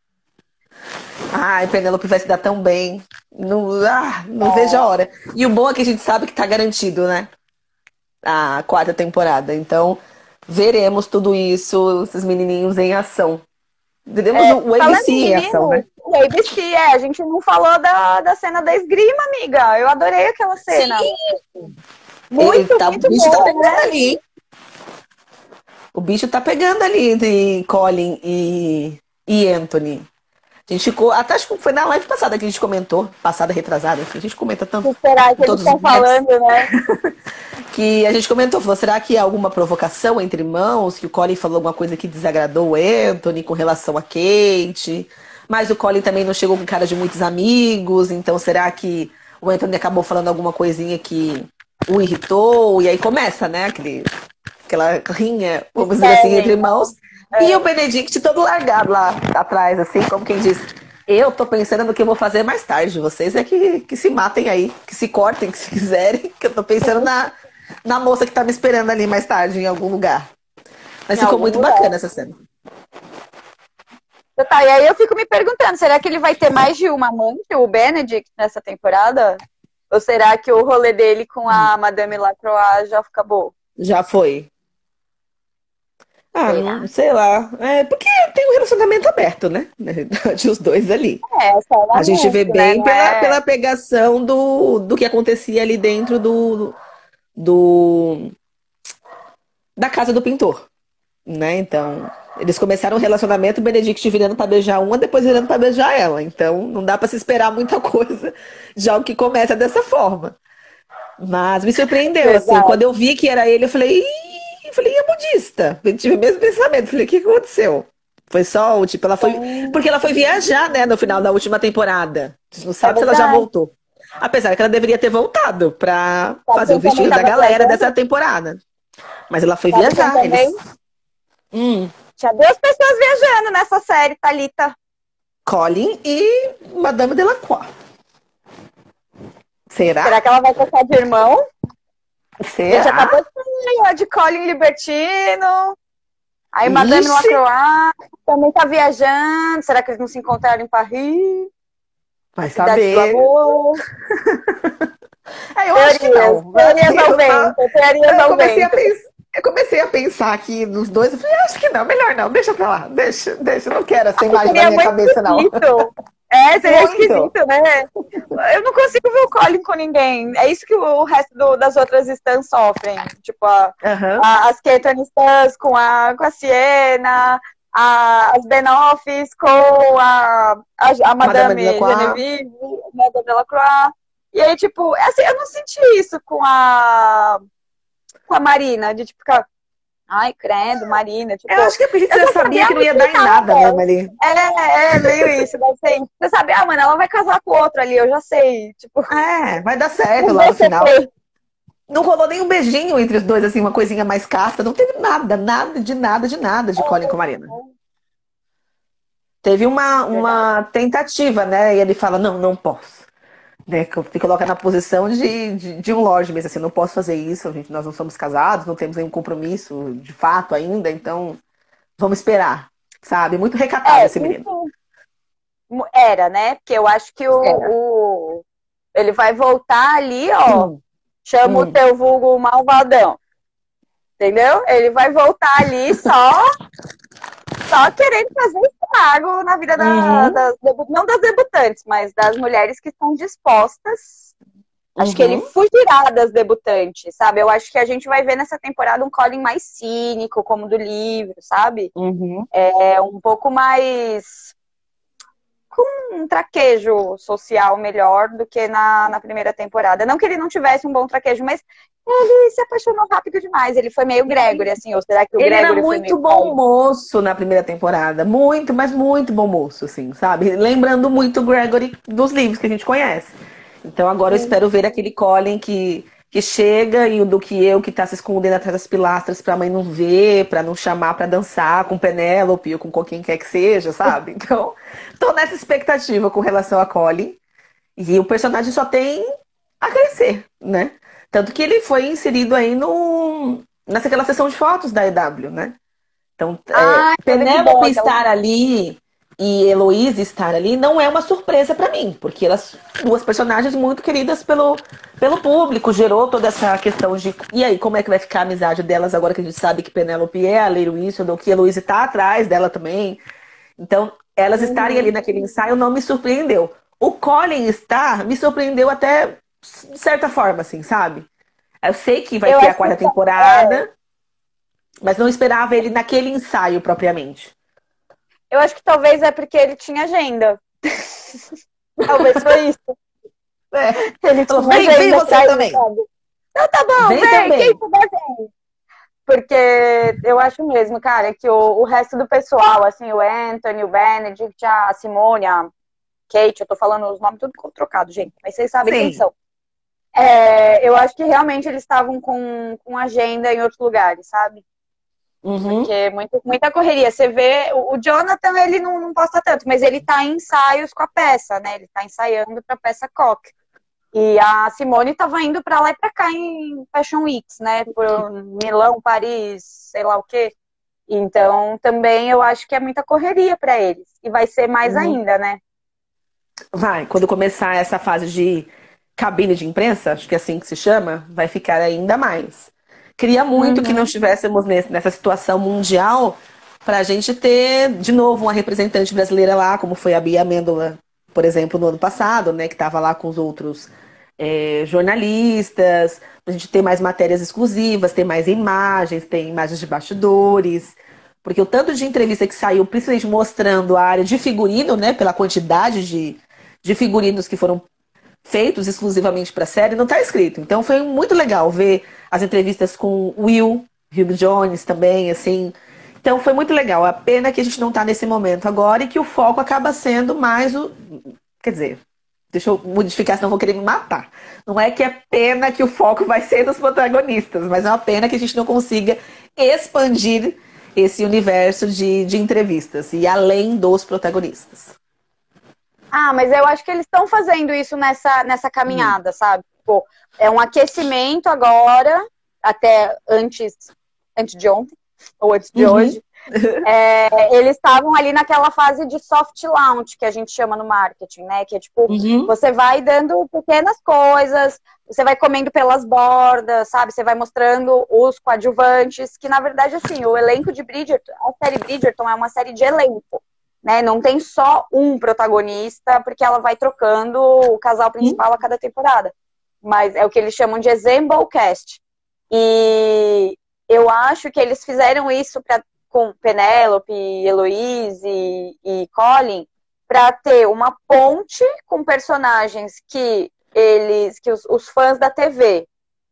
Ai, Penélope vai se dar tão bem. Não vejo a hora. E o bom é que a gente sabe que tá garantido, né? A 4ª temporada. Então, veremos tudo isso, esses menininhos em ação. Veremos o ABC em ação, né? O ABC, a gente não falou da cena da esgrima, amiga. Eu adorei aquela cena. Sim. Muito, o muito bicho tá bom, pegando né? ali, hein? O bicho tá pegando ali entre Colin e Anthony. A gente ficou, até acho que foi na live passada que a gente comentou, passada, retrasada, enfim, a gente comenta tanto. O que será que eles estão falando, né? Que a gente comentou, falou, será que é alguma provocação entre irmãos? Que o Colin falou alguma coisa que desagradou o Anthony com relação a Kate? Mas o Colin também não chegou com cara de muitos amigos, então será que o Anthony acabou falando alguma coisinha que o irritou? E aí começa, né, aquela rinha, vamos dizer assim, entre irmãos. E o Benedict todo largado lá atrás, assim, como quem diz, eu tô pensando no que eu vou fazer mais tarde, vocês é que se matem aí, que se cortem, que se quiserem, que eu tô pensando na moça que tá me esperando ali mais tarde, em algum lugar. Mas ficou muito bacana essa cena. Tá, e aí eu fico me perguntando, será que ele vai ter mais de uma amante, o Benedict, nessa temporada? Ou será que o rolê dele com a Madame Lacroix já acabou? Já foi. Sei lá. É porque tem um relacionamento aberto, né? De os dois ali. Só a gente vê bem né? pela pegação do que acontecia ali dentro da casa do pintor. Né? Então, eles começaram um relacionamento, o Benedict virando pra beijar uma, depois virando pra beijar ela. Então, não dá pra se esperar muita coisa de algo que começa dessa forma. Mas me surpreendeu, assim. Quando eu vi que era ele, eu falei, e a budista? Eu tive o mesmo pensamento. Falei, o que aconteceu? Foi só, tipo, ela foi... Porque ela foi viajar, né, no final da última temporada. A gente não sabe se ela já voltou. Apesar que ela deveria ter voltado pra fazer o vestido da galera dessa temporada. Mas ela foi viajar. Tinha 2 pessoas viajando nessa série, Thalita. Colin e Madame Delacroix. Será que ela vai trocar de irmão? Será? Já acabou de Colin libertino. Aí Madame Lacroix também tá viajando. Será que eles não se encontraram em Paris? Vai saber. Eu acho que não. Eu comecei a pensar aqui nos dois. Eu falei, acho que não, melhor não. Deixa pra lá. Deixa. Não quero essa imagem na minha cabeça, não. Seria esquisito, né? Eu não consigo ver o Colin com ninguém. É isso que o resto das outras Stans sofrem. Tipo, as Caitlyn Stans com a Sienna, as Benoffs com a Madame Genevieve, Madame Delacroix. E aí, tipo, assim, eu não senti isso com a Marina, de tipo, ficar... Ai, credo, Marina. Tipo, eu acho que a gente já sabia que não ia dar em nada, né, Marina? Meio isso. Assim, você sabe, mano, ela vai casar com outro ali, eu já sei. Tipo, vai dar certo lá no final. Não rolou nem um beijinho entre os dois, assim, uma coisinha mais casta. Não teve nada de Colin com Marina. Teve uma tentativa, né? E ele fala, não posso. Né, que se coloca na posição de um lorde mesmo, assim, não posso fazer isso, nós não somos casados, não temos nenhum compromisso de fato ainda, então vamos esperar, sabe? Muito recatado esse menino. Era, né? Porque eu acho que ele vai voltar ali, ó, chama o teu vulgo malvadão, entendeu? Ele vai voltar ali só querendo fazer estrago na vida não das debutantes, mas das mulheres que estão dispostas. Acho que ele fugirá das debutantes, sabe? Eu acho que a gente vai ver nessa temporada um Colin mais cínico, como do livro, sabe? É um pouco mais com um traquejo social melhor do que na primeira temporada. Não que ele não tivesse um bom traquejo, mas ele se apaixonou rápido demais. Ele foi meio Gregory, assim, ou será que o Ele Gregory era foi muito meio bom moço na primeira temporada. Muito, mas muito bom moço, assim, sabe? Lembrando muito o Gregory dos livros que a gente conhece. Então agora eu espero ver aquele Colin que chega e o do que eu que tá se escondendo atrás das pilastras pra mãe não ver, pra não chamar pra dançar com Penélope ou com quem quer que seja, sabe? Então, tô nessa expectativa com relação a Colin. E o personagem só tem a crescer, né? Tanto que ele foi inserido aí naquela sessão de fotos da EW, né? Então, foi muito Penélope bom, estar ali e Heloísa estar ali não é uma surpresa pra mim, porque elas duas personagens muito queridas pelo público, gerou toda essa questão de e aí, como é que vai ficar a amizade delas agora que a gente sabe que Penélope é a Lady Whistledown, que Heloísa tá atrás dela também. Então, elas estarem ali naquele ensaio não me surpreendeu. O Colin estar me surpreendeu até de certa forma, assim, sabe? Eu sei que vai ter a quarta temporada, mas não esperava ele naquele ensaio propriamente. Eu acho que talvez é porque ele tinha agenda. Talvez foi isso. Ele falou, tinha vem agenda você pra também. ir, sabe? Então tá bom, vem, quem puder vem. Porque eu acho mesmo, cara, que o resto do pessoal, assim, o Anthony, o Benedict, a Simone, a Kate, eu tô falando os nomes tudo trocado, gente, mas vocês sabem quem são. Eu acho que realmente eles estavam com agenda em outros lugares, sabe? Porque muita correria. Você vê, o Jonathan, ele não posta tanto, mas ele tá em ensaios com a peça, né? Ele tá ensaiando pra peça Coque. E a Simone tava indo pra lá e pra cá em Fashion Weeks, né? Por Milão, Paris, sei lá o quê. Então, também eu acho que é muita correria pra eles. E vai ser mais ainda, né? Vai, quando começar essa fase de cabine de imprensa, acho que é assim que se chama, vai ficar ainda mais. Queria muito que não estivéssemos nessa situação mundial para a gente ter, de novo, uma representante brasileira lá, como foi a Bia Amêndola, por exemplo, no ano passado, né, que estava lá com os outros jornalistas, para a gente ter mais matérias exclusivas, ter mais imagens, ter imagens de bastidores. Porque o tanto de entrevista que saiu, principalmente mostrando a área de figurino, né, pela quantidade de figurinos que foram feitos exclusivamente para a série, não está escrito. Então foi muito legal ver as entrevistas com Will, Hugh Jones também, assim. Então foi muito legal. A pena que a gente não está nesse momento agora e que o foco acaba sendo mais o... Quer dizer, deixa eu modificar, senão eu vou querer me matar. Não é que é pena que o foco vai ser nos protagonistas, mas é uma pena que a gente não consiga expandir esse universo de entrevistas e além dos protagonistas. Ah, mas eu acho que eles estão fazendo isso nessa caminhada, sabe? Tipo, é um aquecimento agora, até antes de ontem, ou antes de hoje. Eles estavam ali naquela fase de soft launch, que a gente chama no marketing, né? Que é tipo, você vai dando pequenas coisas, você vai comendo pelas bordas, sabe? Você vai mostrando os coadjuvantes, que na verdade, assim, o elenco de Bridgerton, a série Bridgerton é uma série de elenco. Né? Não tem só um protagonista, porque ela vai trocando o casal principal a cada temporada. Mas é o que eles chamam de ensemble cast. E eu acho que eles fizeram isso com Penélope, Heloise e Colin para ter uma ponte com personagens que os fãs da TV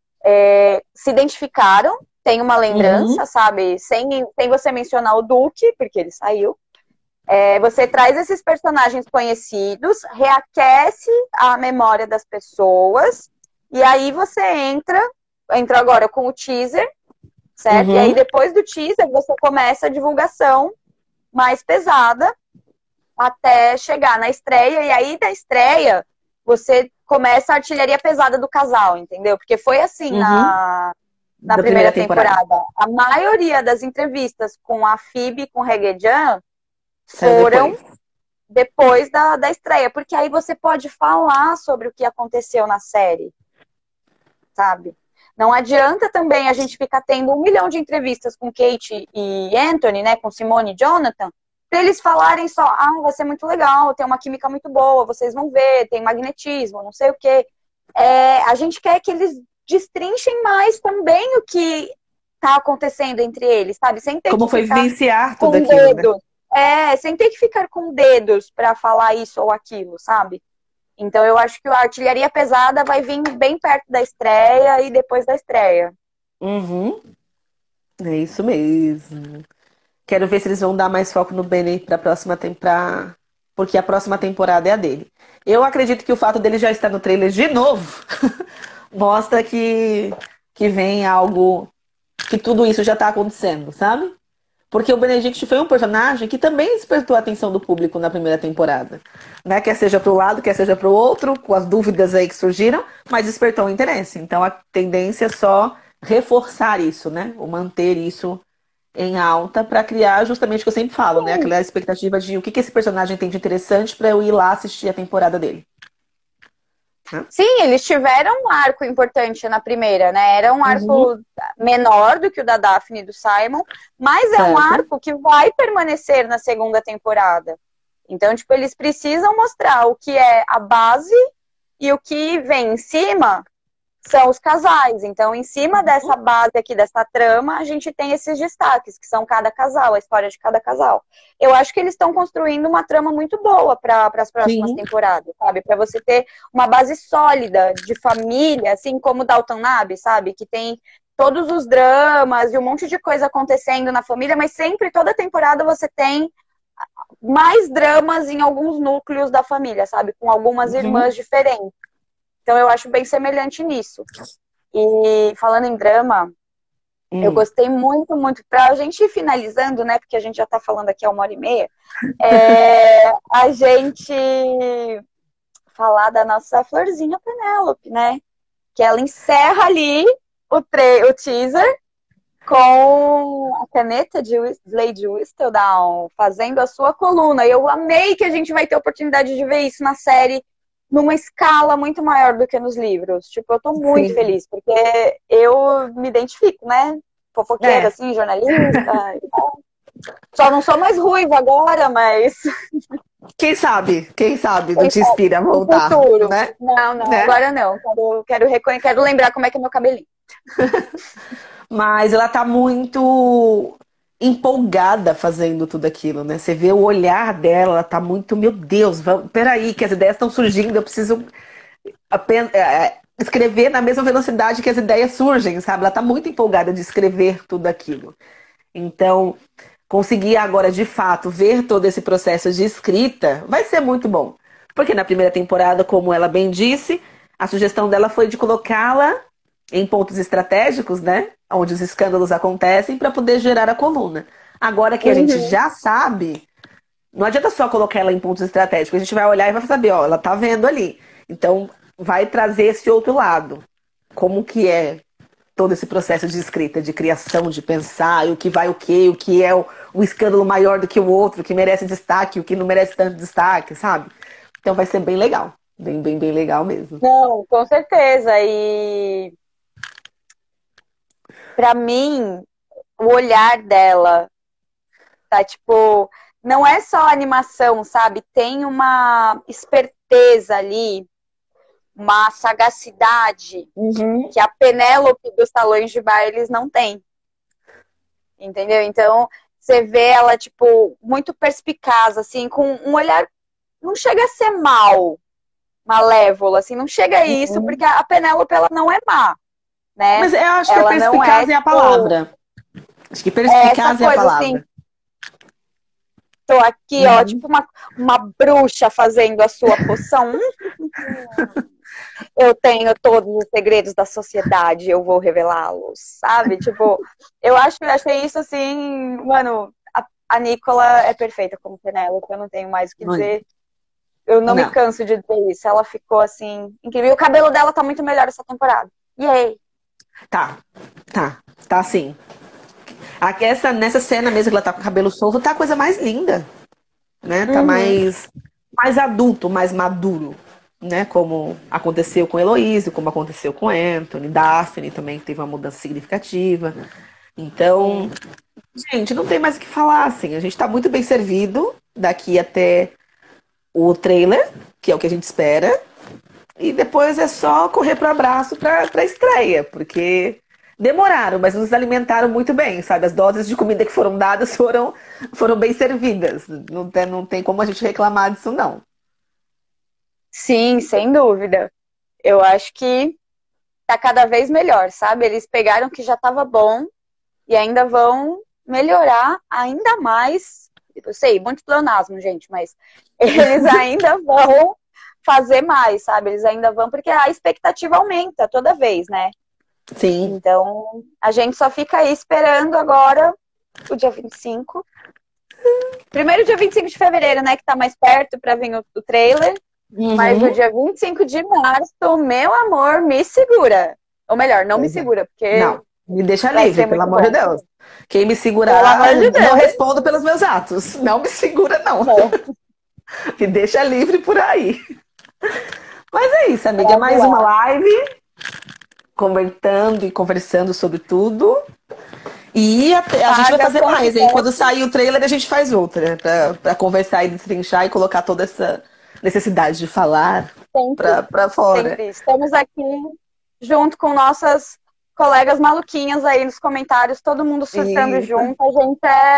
se identificaram, tem uma lembrança, sabe? Sem você mencionar o Duque, porque ele saiu. Você traz esses personagens conhecidos, reaquece a memória das pessoas, e aí você entra agora com o teaser, certo? E aí depois do teaser você começa a divulgação mais pesada até chegar na estreia, e aí da estreia você começa a artilharia pesada do casal, entendeu? Porque foi assim na primeira temporada. A maioria das entrevistas com a Phoebe e com o Regé-Jean foram depois da estreia, porque aí você pode falar sobre o que aconteceu na série, sabe? Não adianta também a gente ficar tendo 1 milhão de entrevistas com Kate e Anthony, né, com Simone e Jonathan, para eles falarem só, vai ser muito legal, tem uma química muito boa, vocês vão ver, tem magnetismo, não sei o quê. A gente quer que eles destrinchem mais também o que tá acontecendo entre eles, sabe? Sem ter como que foi ficar vivenciar com tudo aquilo, dedo. né? sem ter que ficar com dedos pra falar isso ou aquilo, sabe? Então eu acho que a Artilharia Pesada vai vir bem perto da estreia e depois da estreia. Uhum, é isso mesmo. Quero ver se eles vão dar mais foco no Benny pra próxima temporada, porque a próxima temporada é a dele. Eu acredito que o fato dele já estar no trailer de novo mostra que vem algo, que tudo isso já tá acontecendo, sabe? Porque o Benedict foi um personagem que também despertou a atenção do público na primeira temporada, né? Quer seja pro lado, quer seja pro outro, com as dúvidas aí que surgiram, mas despertou o interesse. Então a tendência é só reforçar isso, né? Ou manter isso em alta para criar justamente o que eu sempre falo, né? Aquela expectativa de o que esse personagem tem de interessante para eu ir lá assistir a temporada dele. Sim, eles tiveram um arco importante na primeira, né? Era um arco Uhum. menor do que o da Daphne e do Simon, mas é um Certo. arco que vai permanecer na segunda temporada. Então, tipo, eles precisam mostrar o que é a base e o que vem em cima são os casais. Então, em cima dessa base aqui, dessa trama, a gente tem esses destaques, que são cada casal, a história de cada casal. Eu acho que eles estão construindo uma trama muito boa para as próximas Sim. temporadas, sabe? Para você ter uma base sólida de família, assim como Downton Abbey, sabe? Que tem todos os dramas e um monte de coisa acontecendo na família, mas sempre, toda temporada, você tem mais dramas em alguns núcleos da família, sabe? Com algumas Uhum. irmãs diferentes. Então eu acho bem semelhante nisso. E falando em drama, eu gostei muito, muito. Pra gente ir finalizando, né? Porque a gente já tá falando aqui há 1h30, a gente falar da nossa florzinha Penélope, né? Que ela encerra ali o teaser com a caneta de Lady Whistledown fazendo a sua coluna. E eu amei que a gente vai ter a oportunidade de ver isso na série numa escala muito maior do que nos livros. Tipo, eu tô muito Sim. feliz, porque eu me identifico, né? Fofoqueira, É. assim, jornalista e tal. Só não sou mais ruiva agora, mas Quem sabe? Quem sabe não te inspira a no voltar, futuro. né? Não, não, Né? agora não. Quero lembrar como é que é meu cabelinho. Mas ela tá muito empolgada fazendo tudo aquilo, né? Você vê o olhar dela, ela tá muito, meu Deus, peraí, que as ideias estão surgindo, eu preciso escrever na mesma velocidade que as ideias surgem, sabe? Ela tá muito empolgada de escrever tudo aquilo. Então, conseguir agora, de fato, ver todo esse processo de escrita vai ser muito bom. Porque na primeira temporada, como ela bem disse, a sugestão dela foi de colocá-la em pontos estratégicos, né? Onde os escândalos acontecem, para poder gerar a coluna. Agora que a gente já sabe, não adianta só colocar ela em pontos estratégicos. A gente vai olhar e vai saber, ó, ela tá vendo ali. Então, vai trazer esse outro lado. Como que é todo esse processo de escrita, de criação, de pensar, e o que vai o quê, o que é o escândalo maior do que o outro, o que merece destaque, o que não merece tanto destaque, sabe? Então vai ser bem legal. Bem, bem, bem legal mesmo. Não, com certeza. E pra mim, o olhar dela tá tipo, não é só animação, sabe? Tem uma esperteza ali, uma sagacidade que a Penélope dos Salões de Bailes não tem. Entendeu? Então, você vê ela, tipo, muito perspicaz, assim, com um olhar. Não chega a ser malévola, assim, não chega a isso, porque a Penélope, ela não é má, né? Mas eu acho ela que a não perspicaz é a tipo, palavra. Acho que essa perspicaz é a coisa, assim, palavra. tô aqui, ó, tipo uma bruxa fazendo a sua poção. Eu tenho todos os segredos da sociedade, eu vou revelá-los, sabe? Tipo, achei isso assim, mano, a Nicola é perfeita como Penélope, eu não tenho mais o que dizer. Eu não me canso de dizer isso. Ela ficou assim, incrível. E o cabelo dela tá muito melhor essa temporada. Yay! Tá sim. Nessa cena mesmo que ela tá com o cabelo solto, tá a coisa mais linda, né? Tá mais adulto, mais maduro, né? Como aconteceu com Heloísa, como aconteceu com Anthony, Daphne também teve uma mudança significativa. Então, gente, não tem mais o que falar, assim. A gente tá muito bem servido daqui até o trailer, que é o que a gente espera. E depois é só correr pro abraço pra estreia, porque demoraram, mas nos alimentaram muito bem, sabe? As doses de comida que foram dadas foram bem servidas. Não tem como a gente reclamar disso, não. Sim, sem dúvida. Eu acho que tá cada vez melhor, sabe? Eles pegaram o que já estava bom e ainda vão melhorar ainda mais. Eu sei, muito pleonasmo, gente, mas eles ainda vão fazer mais, sabe? Eles ainda vão, porque a expectativa aumenta toda vez, né? Sim. Então, a gente só fica aí esperando agora o dia 25. Primeiro dia 25 de fevereiro, né, que tá mais perto pra vir o trailer. Mas no dia 25 de março, meu amor, me segura. Ou melhor, não me segura, porque Não, me deixa vai livre, ser pelo muito amor de bom. Deus. Quem me Pelo segurar, amor de não Deus. respondo pelos meus atos. Não me segura, não. Bom, Me deixa livre por aí. Mas é isso, amiga. vamos Mais lá. uma live, comentando e conversando sobre tudo. E a gente vai Paga, fazer quando mais, hein? quiser, Quando sair o trailer, a gente faz outra, pra conversar e destrinchar e colocar toda essa necessidade de falar sempre, pra fora. sempre. Estamos aqui junto com nossas colegas maluquinhas aí nos comentários, todo mundo surtando Isso. junto. A gente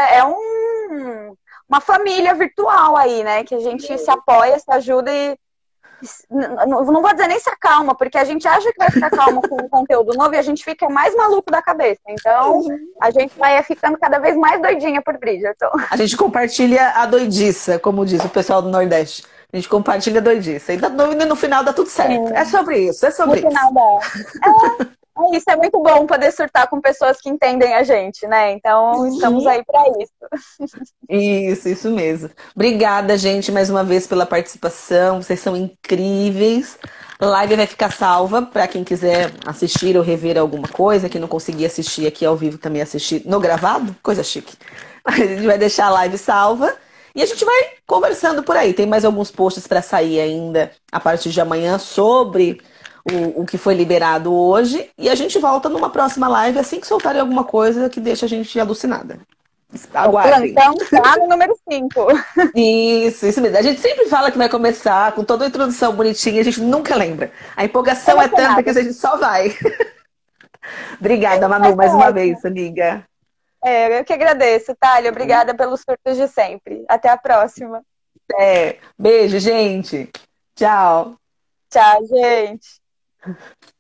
uma família virtual aí, né? Que a gente se apoia, se ajuda e não vou dizer nem se acalma, porque a gente acha que vai ficar calmo com o conteúdo novo e a gente fica mais maluco da cabeça. Então, a gente vai ficando cada vez mais doidinha por Bridgerton. A gente compartilha a doidiça, como diz o pessoal do Nordeste. A gente compartilha a doidiça. E no final dá tudo certo. Sim. É sobre isso, é No sobre isso. final isso é muito bom poder surtar com pessoas que entendem a gente, né? Então, estamos aí para isso. Isso mesmo. Obrigada, gente, mais uma vez pela participação. Vocês são incríveis. A live vai ficar salva para quem quiser assistir ou rever alguma coisa, que não conseguir assistir aqui ao vivo também assistir no gravado, coisa chique. Mas a gente vai deixar a live salva e a gente vai conversando por aí. Tem mais alguns posts para sair ainda a partir de amanhã sobre o que foi liberado hoje e a gente volta numa próxima live assim que soltarem alguma coisa que deixa a gente alucinada. Aguardem. O plantão tá no número 5. Isso mesmo. A gente sempre fala que vai começar com toda a introdução bonitinha, a gente nunca lembra. A empolgação é tanta que a gente só vai. Obrigada, Manu, mais uma vez, amiga. Eu que agradeço, Thalia. Obrigada pelos surtos de sempre. Até a próxima. Beijo, gente. Tchau. Tchau, gente.